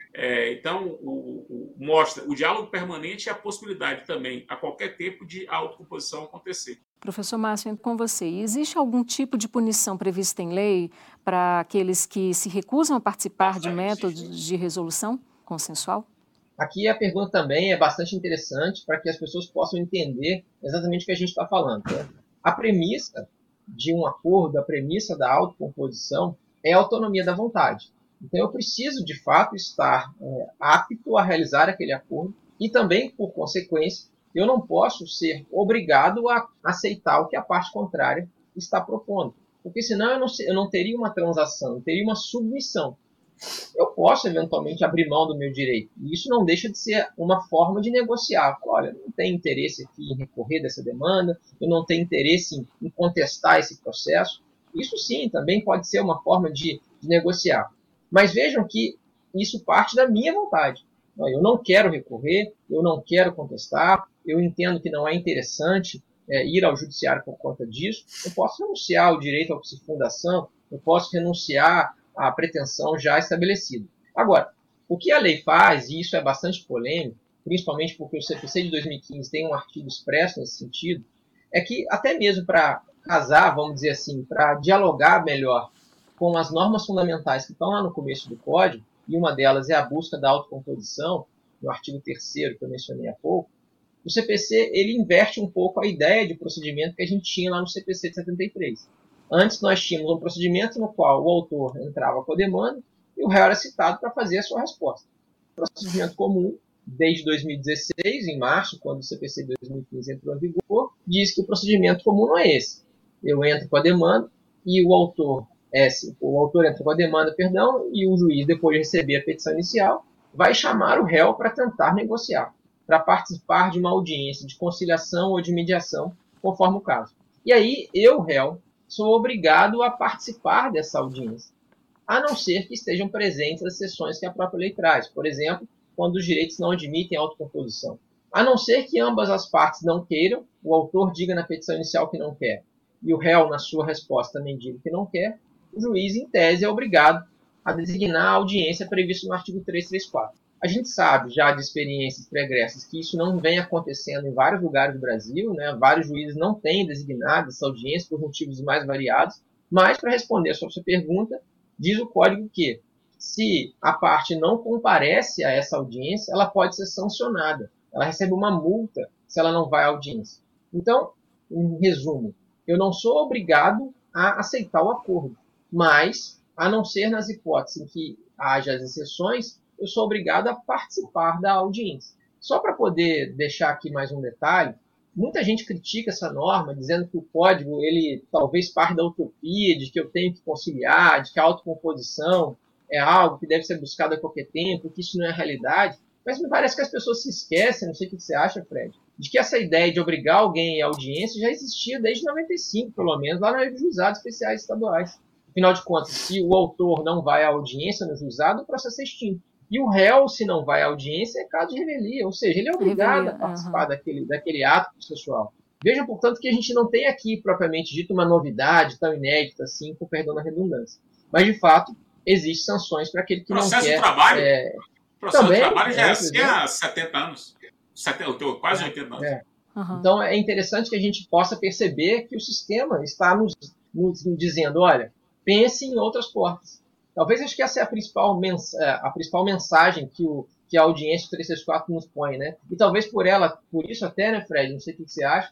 É, então, o, o, mostra o diálogo permanente e a possibilidade também, a qualquer tempo, de autocomposição acontecer. Professor Márcio, com você, existe algum tipo de punição prevista em lei para aqueles que se recusam a participar de métodos de resolução consensual? Aqui a pergunta também é bastante interessante para que as pessoas possam entender exatamente o que a gente está falando. Né? A premissa de um acordo, a premissa da autocomposição é a autonomia da vontade. Então eu preciso, de fato, estar é, apto a realizar aquele acordo e também, por consequência, eu não posso ser obrigado a aceitar o que a parte contrária está propondo. Porque senão eu não, eu não teria uma transação, eu teria uma submissão. Eu posso, eventualmente, abrir mão do meu direito. E isso não deixa de ser uma forma de negociar. Olha, eu não tenho interesse aqui em recorrer dessa demanda, eu não tenho interesse em, em contestar esse processo. Isso sim, também pode ser uma forma de, de negociar. Mas vejam que isso parte da minha vontade. Eu não quero recorrer, eu não quero contestar, eu entendo que não é interessante é, ir ao judiciário por conta disso. Eu posso renunciar ao direito à fundação, eu posso renunciar à pretensão já estabelecida. Agora, o que a lei faz, e isso é bastante polêmico, principalmente porque o C P C de dois mil e quinze tem um artigo expresso nesse sentido, é que até mesmo para casar, vamos dizer assim, para dialogar melhor com as normas fundamentais que estão lá no começo do Código, e uma delas é a busca da autocomposição, no artigo terceiro que eu mencionei há pouco, o C P C ele inverte um pouco a ideia de procedimento que a gente tinha lá no C P C de setenta e três. Antes nós tínhamos um procedimento no qual o autor entrava com a demanda e o réu era citado para fazer a sua resposta. O procedimento comum, desde dois mil e dezesseis, em março, quando o C P C de dois mil e quinze entrou em vigor, diz que o procedimento comum não é esse. Eu entro com a demanda e o autor É, o autor entra com a demanda, perdão, e o juiz, depois de receber a petição inicial, vai chamar o réu para tentar negociar, para participar de uma audiência de conciliação ou de mediação, conforme o caso. E aí, eu, réu, sou obrigado a participar dessa audiência, a não ser que estejam presentes as sessões que a própria lei traz. Por exemplo, quando os direitos não admitem autocomposição. A não ser que ambas as partes não queiram, o autor diga na petição inicial que não quer, e o réu, na sua resposta, também diga que não quer, o juiz, em tese, é obrigado a designar a audiência prevista no artigo trezentos e trinta e quatro. A gente sabe, já de experiências pregressas, que isso não vem acontecendo em vários lugares do Brasil, né? Vários juízes não têm designado essa audiência por motivos mais variados, mas, para responder a sua pergunta, diz o Código que, se a parte não comparece a essa audiência, ela pode ser sancionada. Ela recebe uma multa se ela não vai à audiência. Então, em resumo, eu não sou obrigado a aceitar o acordo. Mas, a não ser nas hipóteses em que haja as exceções, eu sou obrigado a participar da audiência. Só para poder deixar aqui mais um detalhe, muita gente critica essa norma, dizendo que o código, ele talvez parte da utopia, de que eu tenho que conciliar, de que a autocomposição é algo que deve ser buscado a qualquer tempo, que isso não é a realidade. Mas me parece que as pessoas se esquecem, não sei o que você acha, Fred, de que essa ideia de obrigar alguém à audiência já existia desde noventa e cinco, pelo menos, lá nos juizados especiais estaduais. Afinal de contas, se o autor não vai à audiência no juizado, o processo é extinto. E o réu, se não vai à audiência, é caso de revelia. Ou seja, ele é obrigado revelia, a participar uhum. daquele, daquele ato processual. Vejam, portanto, que a gente não tem aqui, propriamente dito, uma novidade tão inédita assim, com perdão da redundância. Mas, de fato, existem sanções para aquele que processo não quer... De trabalho, é... processo também, de trabalho já é é, assim há setenta anos. setenta, quase oitenta anos. É. Uhum. Então, é interessante que a gente possa perceber que o sistema está nos, nos dizendo, olha, pense em outras portas. Talvez acho que essa é a principal, mens a principal mensagem que, o, que a audiência trezentos e sessenta e quatro nos põe, né? E talvez por ela, por isso até, né, Fred, não sei o que você acha,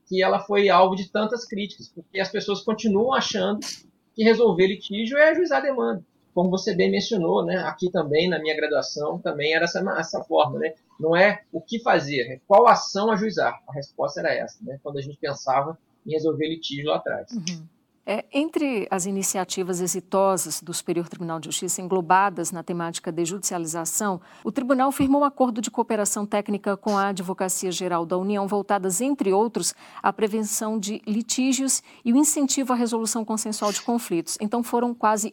que ela foi alvo de tantas críticas, porque as pessoas continuam achando que resolver litígio é ajuizar a demanda. Como você bem mencionou, né, aqui também, na minha graduação, também era essa, essa forma. Né? Não é o que fazer, é qual ação ajuizar. A resposta era essa, né, quando a gente pensava em resolver litígio lá atrás. Uhum. É, entre as iniciativas exitosas do Superior Tribunal de Justiça englobadas na temática de judicialização, o tribunal firmou um acordo de cooperação técnica com a Advocacia Geral da União, voltadas, entre outros, à prevenção de litígios e o incentivo à resolução consensual de conflitos. Então, foram quase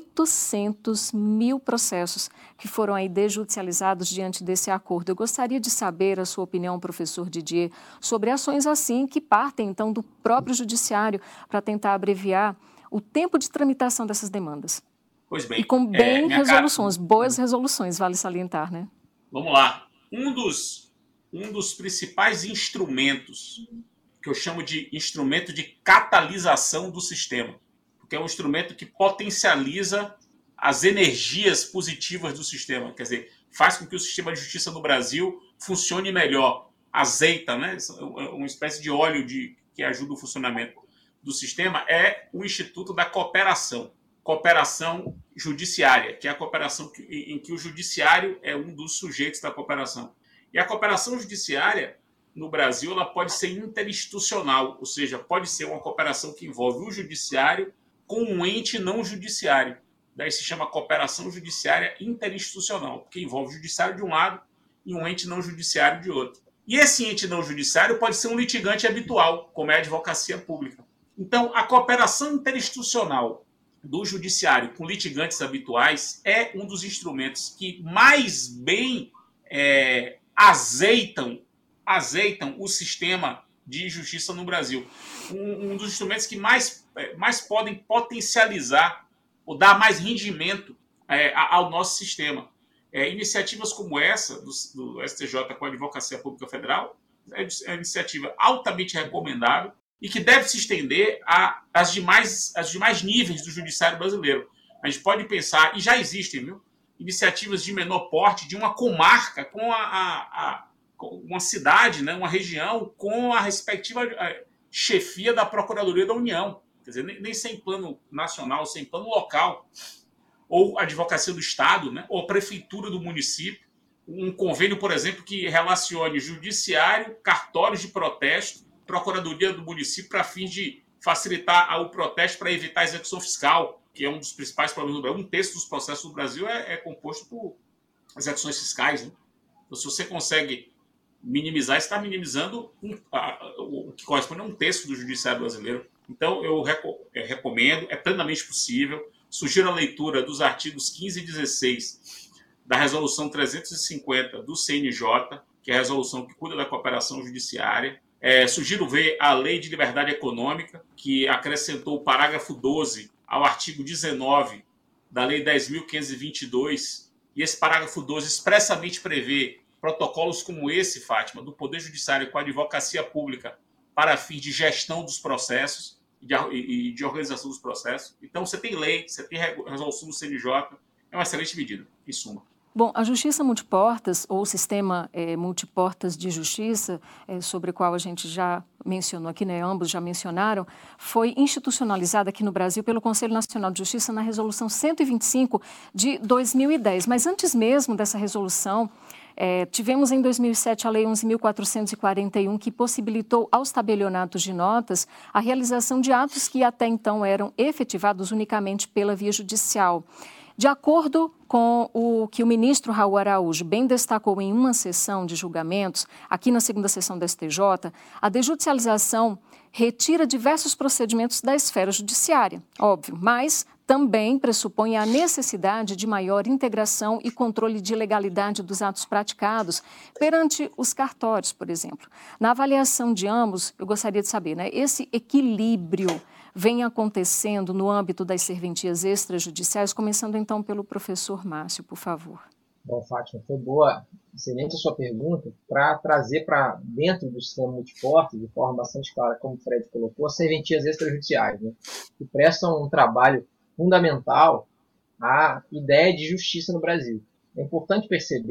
oitocentos mil processos que foram aí desjudicializados diante desse acordo. Eu gostaria de saber a sua opinião, professor Didier, sobre ações assim que partem, então, do próprio judiciário para tentar abreviar o tempo de tramitação dessas demandas. Pois bem. E com bem é, resoluções, cara... boas resoluções, vale salientar, né? Vamos lá. Um dos, um dos principais instrumentos, que eu chamo de instrumento de catalisação do sistema, que é um instrumento que potencializa as energias positivas do sistema, quer dizer, faz com que o sistema de justiça no Brasil funcione melhor, azeita, né? Uma espécie de óleo de, que ajuda o funcionamento do sistema, é o Instituto da Cooperação, Cooperação Judiciária, que é a cooperação que, em que o judiciário é um dos sujeitos da cooperação. E a cooperação judiciária, no Brasil, ela pode ser interinstitucional, ou seja, pode ser uma cooperação que envolve o judiciário com um ente não judiciário. Daí se chama cooperação judiciária interinstitucional, porque envolve o judiciário de um lado e um ente não judiciário de outro. E esse ente não judiciário pode ser um litigante habitual, como é a advocacia pública. Então, a cooperação interinstitucional do judiciário com litigantes habituais é um dos instrumentos que mais bem é, azeitam, azeitam o sistema de justiça no Brasil. Um, um dos instrumentos que mais, mais podem potencializar ou dar mais rendimento é, ao nosso sistema. É, iniciativas como essa, do, do S T J com a Advocacia Pública Federal, é, é uma iniciativa altamente recomendável e que deve se estender às demais, às demais níveis do judiciário brasileiro. A gente pode pensar, e já existem, viu, iniciativas de menor porte, de uma comarca com a, a, a uma cidade, né, uma região, com a respectiva chefia da Procuradoria da União. Quer dizer, nem, nem sem plano nacional, sem plano local, ou a Advocacia do Estado, né, ou a Prefeitura do município, um convênio, por exemplo, que relacione judiciário, cartórios de protesto, Procuradoria do município para fins de facilitar o protesto para evitar a execução fiscal, que é um dos principais problemas do Brasil. Um terço dos processos do Brasil é, é composto por execuções fiscais. Né? Então, se você consegue minimizar, você está minimizando um, a, o que corresponde a um terço do judiciário brasileiro. Então, eu reco- é, recomendo, é plenamente possível. Sugiro a leitura dos artigos quinze e dezesseis da Resolução trezentos e cinquenta do C N J, que é a resolução que cuida da cooperação judiciária. É, sugiro ver a Lei de Liberdade Econômica, que acrescentou o parágrafo doze ao artigo dezenove da Lei dez mil quinhentos e vinte e dois, e esse parágrafo doze expressamente prevê protocolos como esse, Fátima, do Poder Judiciário com a Advocacia Pública para fins de gestão dos processos e de, e de organização dos processos. Então, você tem lei, você tem resolução do C N J, é uma excelente medida, em suma. Bom, a Justiça Multiportas, ou o Sistema é, Multiportas de Justiça, é, sobre o qual a gente já mencionou aqui, né, ambos já mencionaram, foi institucionalizada aqui no Brasil pelo Conselho Nacional de Justiça na Resolução cento e vinte e cinco de dois mil e dez. Mas antes mesmo dessa resolução, é, tivemos em dois mil e sete a Lei onze mil quatrocentos e quarenta e um, que possibilitou aos tabelionatos de notas a realização de atos que até então eram efetivados unicamente pela via judicial. De acordo com o que o ministro Raul Araújo bem destacou em uma sessão de julgamentos, aqui na segunda sessão da S T J, a desjudicialização retira diversos procedimentos da esfera judiciária, óbvio, mas também pressupõe a necessidade de maior integração e controle de legalidade dos atos praticados perante os cartórios, por exemplo. Na avaliação de ambos, eu gostaria de saber, né, esse equilíbrio vem acontecendo no âmbito das serventias extrajudiciais, começando então pelo professor Márcio, por favor. Bom, Fátima, foi boa, excelente a sua pergunta, para trazer para dentro do sistema multiporte, de forma bastante clara, como o Fred colocou, as serventias extrajudiciais, né, que prestam um trabalho fundamental à ideia de justiça no Brasil. É importante perceber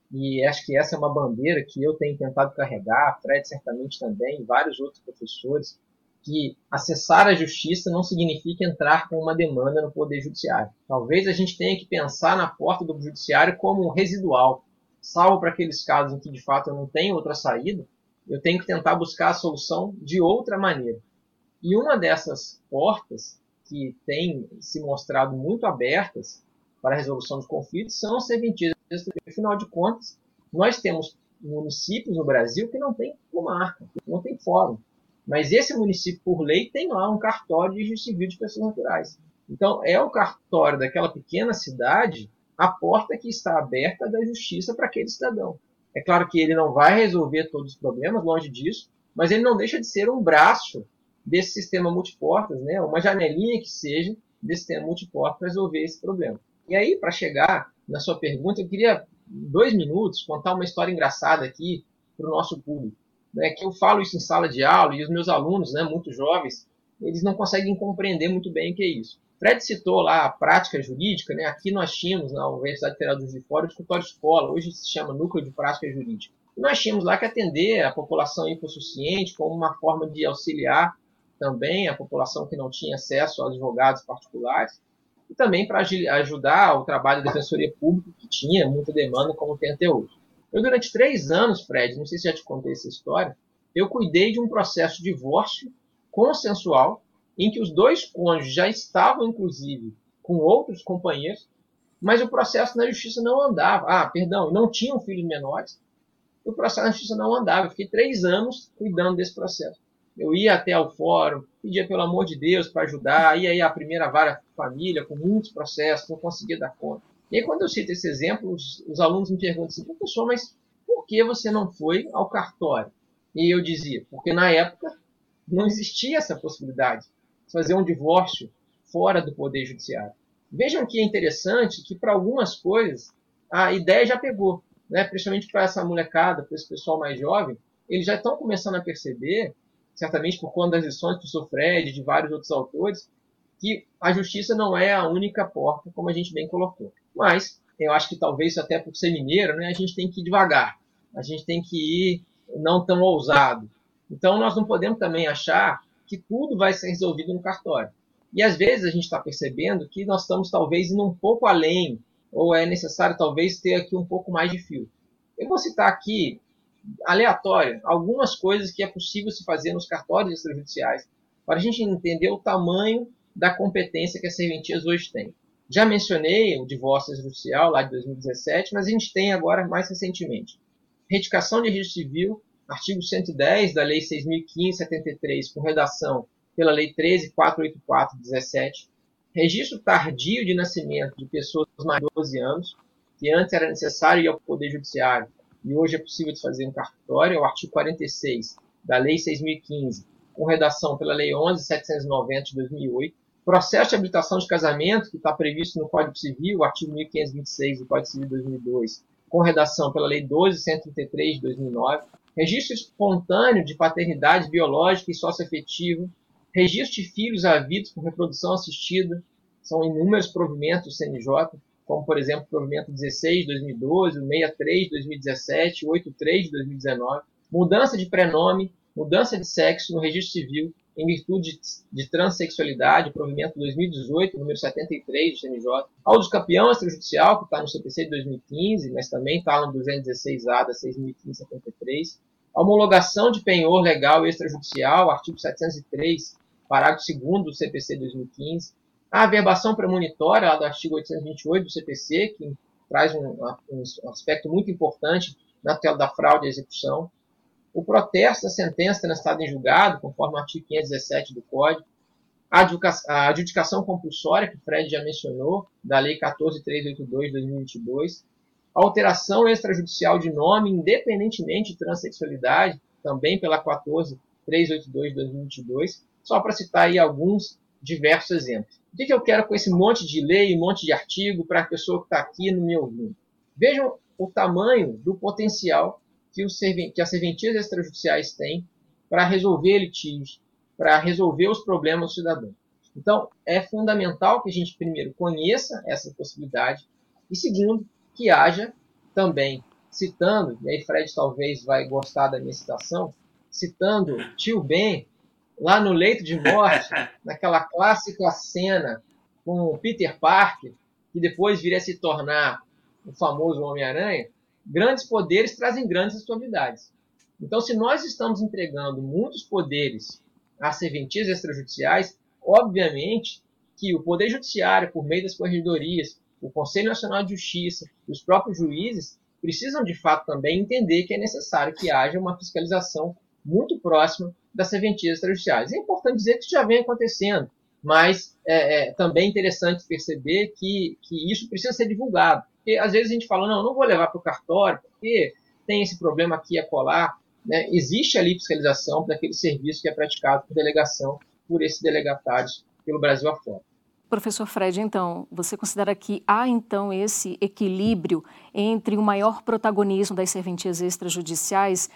e acho que essa é uma bandeira que eu tenho tentado carregar, Fred certamente também, e vários outros professores, que acessar a justiça não significa entrar com uma demanda no Poder Judiciário. Talvez a gente tenha que pensar na porta do Judiciário como residual, salvo para aqueles casos em que de fato eu não tenho outra saída, eu tenho que tentar buscar a solução de outra maneira. E uma dessas portas que tem se mostrado muito abertas para a resolução de conflitos são as serventias. Afinal de contas, nós temos municípios no Brasil que não tem comarca, que não tem fórum. Mas esse município, por lei, tem lá um cartório de registro civil de pessoas naturais. Então, é o cartório daquela pequena cidade a porta que está aberta da justiça para aquele cidadão. É claro que ele não vai resolver todos os problemas, longe disso, mas ele não deixa de ser um braço desse sistema multiportas, né? Uma janelinha que seja desse sistema multiportas para resolver esse problema. E aí, para chegar na sua pergunta, eu queria, em dois minutos, contar uma história engraçada aqui para o nosso público. Né, que eu falo isso em sala de aula e os meus alunos, né, muito jovens, eles não conseguem compreender muito bem o que é isso. Fred citou lá a prática jurídica, né, aqui nós tínhamos na Universidade Federal do Juiz de Fora o escritório escola, hoje se chama Núcleo de Prática Jurídica. E nós tínhamos lá que atender a população hipossuficiente como uma forma de auxiliar também a população que não tinha acesso a advogados particulares e também para ajudar o trabalho da Defensoria Pública, que tinha muita demanda, como tem até hoje. Eu, durante três anos, Fred, não sei se já te contei essa história, eu cuidei de um processo de divórcio consensual, em que os dois cônjuges já estavam, inclusive, com outros companheiros, mas o processo na justiça não andava. Ah, perdão, não tinham filhos menores, o processo na justiça não andava. Eu fiquei três anos cuidando desse processo. Eu ia até ao fórum, pedia pelo amor de Deus para ajudar, ia aí a primeira vara de família, com muitos processos, não conseguia dar conta. E aí, quando eu cito esse exemplo, os, os alunos me perguntam assim, professor, mas por que você não foi ao cartório? E eu dizia, porque na época não existia essa possibilidade de fazer um divórcio fora do Poder Judiciário. Vejam que é interessante que, para algumas coisas, a ideia já pegou, né? Principalmente para essa molecada, para esse pessoal mais jovem, eles já estão começando a perceber, certamente por conta das lições do professor Fred e de vários outros autores, que a justiça não é a única porta, como a gente bem colocou. Mas eu acho que talvez até por ser mineiro, né, a gente tem que ir devagar, a gente tem que ir não tão ousado. Então nós não podemos também achar que tudo vai ser resolvido no cartório. E às vezes a gente está percebendo que nós estamos talvez indo um pouco além, ou é necessário talvez ter aqui um pouco mais de fio. Eu vou citar aqui, aleatório, algumas coisas que é possível se fazer nos cartórios extrajudiciais, para a gente entender o tamanho da competência que as serventias hoje têm. Já mencionei o divórcio extrajudicial lá de dois mil e dezessete, mas a gente tem agora mais recentemente. Retificação de registro civil, artigo cento e dez da Lei seis mil e quinze, setenta e três, com redação pela Lei treze mil quatrocentos e oitenta e quatro, dezessete. Registro tardio de nascimento de pessoas mais de doze anos, que antes era necessário ir ao Poder Judiciário e hoje é possível de fazer um cartório, é o artigo quarenta e seis da Lei seis mil e quinze, com redação pela Lei onze mil setecentos e noventa de dois mil e oito. Processo de habilitação de casamento, que está previsto no Código Civil, o artigo mil quinhentos e vinte e seis do Código Civil de dois mil e dois, com redação pela Lei doze mil cento e trinta e três de dois mil e nove. Registro espontâneo de paternidade biológica e socioafetiva. Registro de filhos havidos com reprodução assistida. São inúmeros provimentos do C N J, como, por exemplo, o provimento dezesseis de dois mil e doze, o sessenta e três de dois mil e dezessete, o oitenta e três de dois mil e dezenove. Mudança de prenome, mudança de sexo no registro civil em virtude de, de transexualidade, provimento dois mil e dezoito, número setenta e três do C N J. Autos campeão extrajudicial, que está no C P C de dois mil e quinze, mas também está no duzentos e dezesseis A da seis mil e quinze, setenta e três. Homologação de penhor legal extrajudicial, artigo setecentos e três, parágrafo segundo do C P C de dois mil e quinze. A averbação premonitória, lá do artigo oitocentos e vinte e oito do C P C, que traz um, um aspecto muito importante na tutela da fraude à execução. O protesto da sentença transitada em julgado, conforme o artigo quinhentos e dezessete do Código. A adjudicação compulsória, que o Fred já mencionou, da Lei quatorze mil trezentos e oitenta e dois de dois mil e vinte e dois. A alteração extrajudicial de nome, independentemente de transexualidade, também pela quatorze mil trezentos e oitenta e dois de dois mil e vinte e dois. Só para citar aí alguns diversos exemplos. O que eu quero com esse monte de lei, um monte de artigo, para a pessoa que está aqui no me ouvindo? Vejam o tamanho do potencial que, os serven- que as serventias extrajudiciais têm para resolver litígios, para resolver os problemas do cidadão. Então, é fundamental que a gente, primeiro, conheça essa possibilidade e, segundo, que haja também citando, e aí Fred talvez vai gostar da minha citação, citando Tio Ben, lá no leito de morte, naquela clássica cena com o Peter Parker, que depois viria a se tornar o famoso Homem-Aranha, grandes poderes trazem grandes responsabilidades. Então, se nós estamos entregando muitos poderes às serventias extrajudiciais, obviamente que o Poder Judiciário, por meio das corregedorias, o Conselho Nacional de Justiça, os próprios juízes, precisam de fato também entender que é necessário que haja uma fiscalização muito próxima das serventias extrajudiciais. É importante dizer que isso já vem acontecendo, mas é, é também interessante perceber que, que isso precisa ser divulgado. Porque às vezes a gente fala, não, não vou levar para o cartório, porque tem esse problema aqui e acolá. Né? Existe ali fiscalização daquele serviço que é praticado por delegação, por esses delegatários pelo Brasil afora. Professor Fred, então, você considera que há, então, esse equilíbrio entre o maior protagonismo das serventias extrajudiciais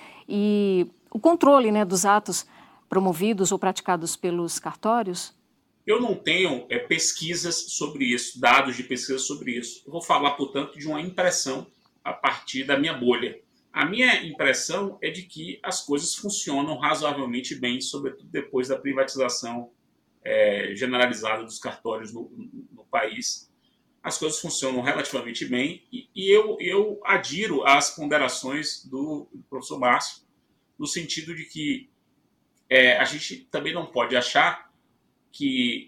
e o controle, né, dos atos promovidos ou praticados pelos cartórios? Eu não tenho é, pesquisas sobre isso, dados de pesquisa sobre isso. Eu vou falar, portanto, de uma impressão a partir da minha bolha. A minha impressão é de que as coisas funcionam razoavelmente bem, sobretudo depois da privatização É, generalizada dos cartórios no, no país. As coisas funcionam relativamente bem e, e eu, eu adiro às ponderações do, do professor Márcio, no sentido de que é, a gente também não pode achar que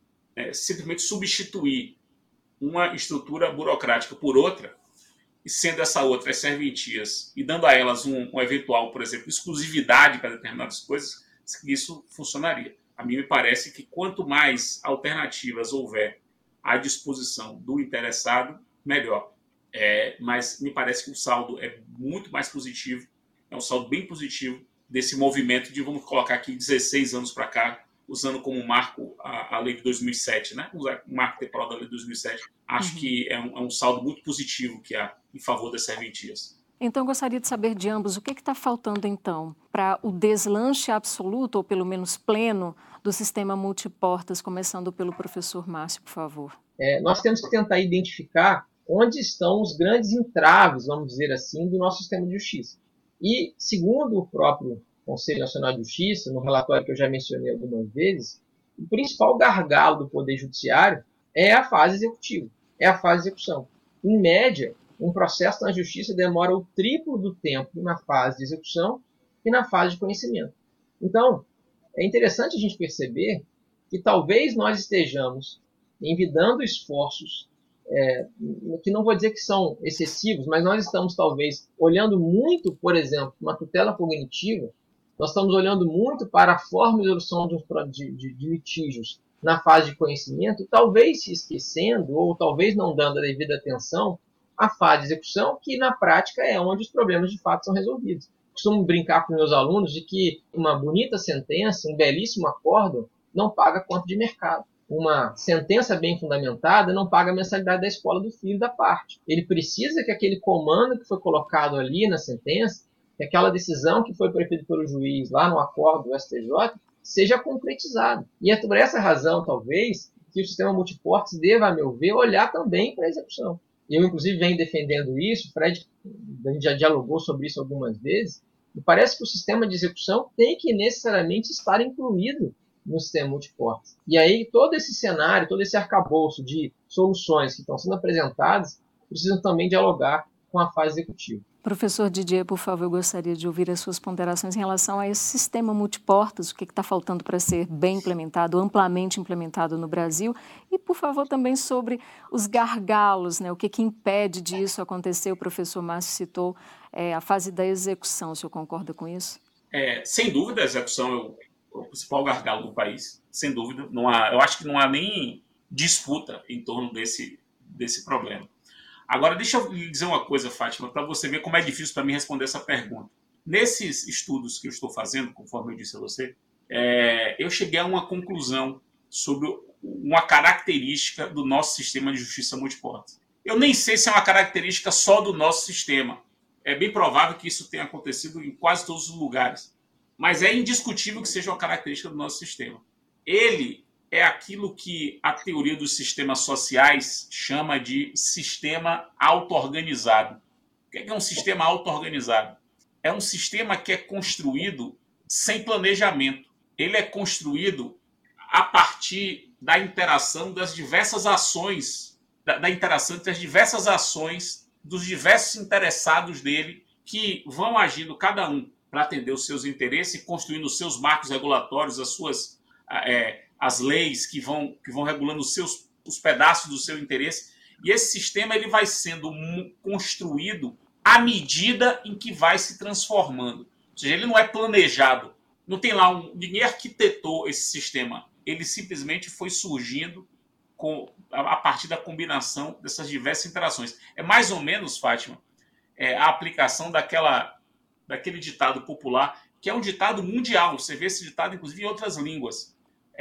é, simplesmente substituir uma estrutura burocrática por outra, e sendo essa outra as serventias, e dando a elas um, um eventual, por exemplo, exclusividade para determinadas coisas, isso funcionaria. A mim me parece que quanto mais alternativas houver à disposição do interessado, melhor. É, mas me parece que o saldo é muito mais positivo, é um saldo bem positivo desse movimento de, vamos colocar aqui, dezesseis anos para cá, usando como marco a, a lei de dois mil e sete, né? O marco temporal da lei de dois mil e sete. Acho uhum. que é um, é um saldo muito positivo que há em favor das serventias. Então, eu gostaria de saber de ambos o que está faltando, então, para o deslanche absoluto, ou pelo menos pleno, do sistema multiportas, começando pelo professor Márcio, por favor. É, nós temos que tentar identificar onde estão os grandes entraves, vamos dizer assim, do nosso sistema de justiça. E, segundo o próprio Conselho Nacional de Justiça, no relatório que eu já mencionei algumas vezes, o principal gargalo do Poder Judiciário é a fase executiva, é a fase de execução. Em média, um processo na justiça demora o triplo do tempo na fase de execução e na fase de conhecimento. Então, é interessante a gente perceber que talvez nós estejamos envidando esforços, é, que não vou dizer que são excessivos, mas nós estamos talvez olhando muito, por exemplo, uma tutela cognitiva, nós estamos olhando muito para a forma de resolução de, de, de litígios na fase de conhecimento, talvez se esquecendo ou talvez não dando a devida atenção a fase de execução, que na prática é onde os problemas de fato são resolvidos. Costumo brincar com meus alunos de que uma bonita sentença, um belíssimo acórdão, não paga conta de mercado. Uma sentença bem fundamentada não paga a mensalidade da escola do filho da parte. Ele precisa que aquele comando que foi colocado ali na sentença, que aquela decisão que foi preferida pelo juiz lá no acordo do S T J, seja concretizado. E é por essa razão, talvez, que o sistema multiportas deva, a meu ver, olhar também para a execução. Eu, inclusive, venho defendendo isso, o Fred a gente já dialogou sobre isso algumas vezes, e parece que o sistema de execução tem que necessariamente estar incluído no sistema multiportas. E aí todo esse cenário, todo esse arcabouço de soluções que estão sendo apresentadas precisam também dialogar com a fase executiva. Professor Didier, por favor, eu gostaria de ouvir as suas ponderações em relação a esse sistema multiportas, o que está faltando para ser bem implementado, amplamente implementado no Brasil, e, por favor, também sobre os gargalos, né? O que, que impede disso acontecer. O professor Márcio citou é, a fase da execução, o senhor concorda com isso? É, sem dúvida, a execução é o, o principal gargalo do país, sem dúvida. Não há, eu acho que não há nem disputa em torno desse, desse problema. Agora, deixa eu lhe dizer uma coisa, Fátima, para você ver como é difícil para mim responder essa pergunta. Nesses estudos que eu estou fazendo, conforme eu disse a você, é, eu cheguei a uma conclusão sobre uma característica do nosso sistema de justiça multiportas. Eu nem sei se é uma característica só do nosso sistema. É bem provável que isso tenha acontecido em quase todos os lugares. Mas é indiscutível que seja uma característica do nosso sistema. Ele é aquilo que a teoria dos sistemas sociais chama de sistema auto-organizado. que é um sistema auto-organizado? É um sistema que é construído sem planejamento. Ele é construído a partir da interação das diversas ações, da, da interação entre as diversas ações dos diversos interessados nele, que vão agindo cada um para atender os seus interesses e construindo os seus marcos regulatórios, as suas é, as leis que vão, que vão regulando os, seus, os pedaços do seu interesse. E esse sistema ele vai sendo construído à medida em que vai se transformando. Ou seja, ele não é planejado. Não tem lá um... Ninguém arquitetou esse sistema. Ele simplesmente foi surgindo com, a partir da combinação dessas diversas interações. É mais ou menos, Fátima, é, a aplicação daquela, daquele ditado popular, que é um ditado mundial. Você vê esse ditado, inclusive, em outras línguas,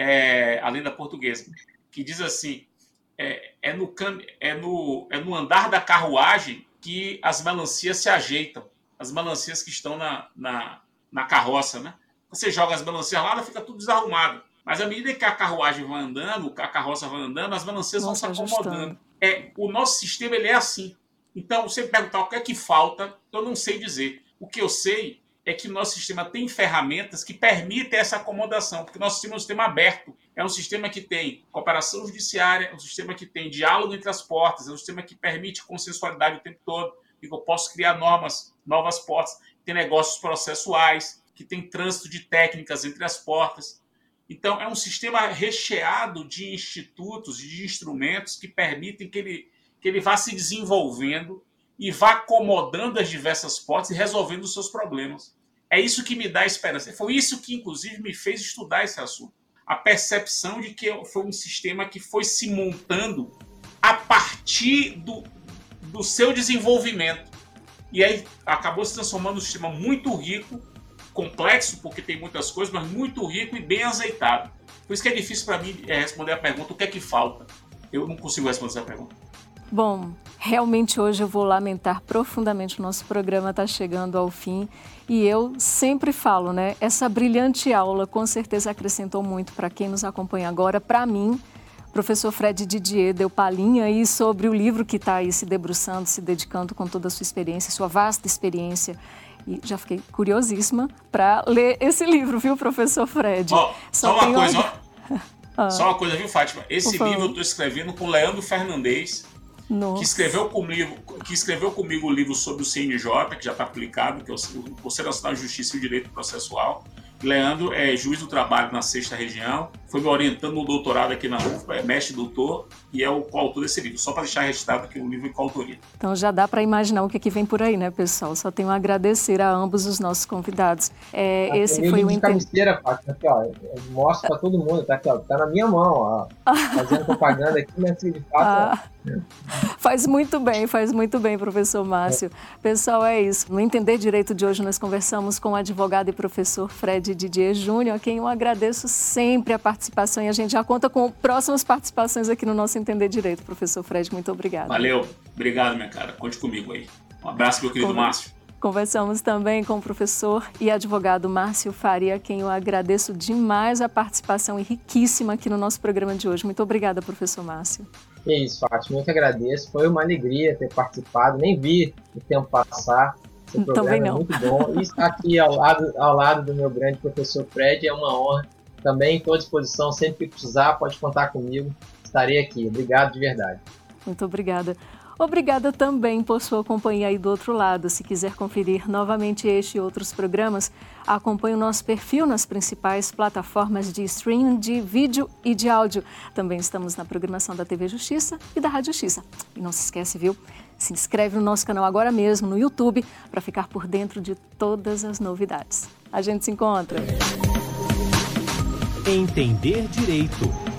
é, além da portuguesa, que diz assim, é, é, no, é, no, é no andar da carruagem que as melancias se ajeitam. As melancias que estão na, na, na carroça, né? Você joga as melancias lá, ela fica tudo desarrumado. Mas à medida que a carruagem vai andando, a carroça vai andando, as melancias vão se acomodando. É, o nosso sistema ele é assim. Então, você perguntar o que é que falta, eu não sei dizer. O que eu sei é que o nosso sistema tem ferramentas que permitem essa acomodação, porque o nosso sistema é um sistema aberto. É um sistema que tem cooperação judiciária, é um sistema que tem diálogo entre as portas, é um sistema que permite consensualidade o tempo todo, e que eu posso criar normas, novas portas, tem negócios processuais, que tem trânsito de técnicas entre as portas. Então, é um sistema recheado de institutos, de instrumentos que permitem que ele, que ele vá se desenvolvendo e vá acomodando as diversas portas e resolvendo os seus problemas. É isso que me dá esperança. Foi isso que, inclusive, me fez estudar esse assunto. A percepção de que foi um sistema que foi se montando a partir do, do seu desenvolvimento. E aí acabou se transformando num sistema muito rico, complexo, porque tem muitas coisas, mas muito rico e bem azeitado. Por isso que é difícil para mim é, responder a pergunta, o que é que falta? Eu não consigo responder essa pergunta. Bom, realmente hoje eu vou lamentar profundamente, o nosso programa está chegando ao fim e eu sempre falo, né? Essa brilhante aula com certeza acrescentou muito para quem nos acompanha agora. Para mim, o professor Fred Didier deu palhinha aí sobre o livro que está aí se debruçando, se dedicando com toda a sua experiência, sua vasta experiência. E já fiquei curiosíssima para ler esse livro, viu, professor Fred? Oh, só, só uma coisa, ó. ah, só uma coisa, viu, Fátima? Esse livro eu estou escrevendo com Leandro Fernandes, que escreveu, comigo, que escreveu comigo o livro sobre o C N J, que já está publicado, que é o Conselho Nacional de Justiça e o Direito Processual. Leandro é juiz do trabalho na sexta região, foi me orientando no doutorado aqui na U F P A, é mestre doutor e é o coautor desse livro. Só para deixar registrado que o livro é coautoria. Então já dá para imaginar o que, é que vem por aí, né, pessoal? Só tenho a agradecer a ambos os nossos convidados. É, esse foi o de camiseira, Fátima, aqui, ó, eu mostro para todo mundo, tá aqui, ó, tá na minha mão, ó, fazendo propaganda aqui, mas de fato... Ah. Faz muito bem, faz muito bem, professor Márcio. É. Pessoal, é isso. No Entender Direito de hoje, nós conversamos com o advogado e professor Fred Didier Júnior, a quem eu agradeço sempre a participação e a gente já conta com próximas participações aqui no nosso Entender Direito. Professor Fred, muito obrigado. Valeu, obrigado, minha cara. Conte comigo aí. Um abraço, meu querido Conver... Márcio. Conversamos também com o professor e advogado Márcio Faria, a quem eu agradeço demais a participação e riquíssima aqui no nosso programa de hoje. Muito obrigada, professor Márcio. É isso, Fátima, muito agradeço. Foi uma alegria ter participado, nem vi o tempo passar. Esse programa Também não. É muito bom. E estar aqui ao lado, ao lado do meu grande professor Fred é uma honra. Também estou à disposição, sempre que precisar, pode contar comigo. Estarei aqui. Obrigado de verdade. Muito obrigada. Obrigada também por sua companhia aí do outro lado. Se quiser conferir novamente este e outros programas, acompanhe o nosso perfil nas principais plataformas de streaming de vídeo e de áudio. Também estamos na programação da T V Justiça e da Rádio Justiça. E não se esquece, viu? Se inscreve no nosso canal agora mesmo no YouTube para ficar por dentro de todas as novidades. A gente se encontra. Entender Direito.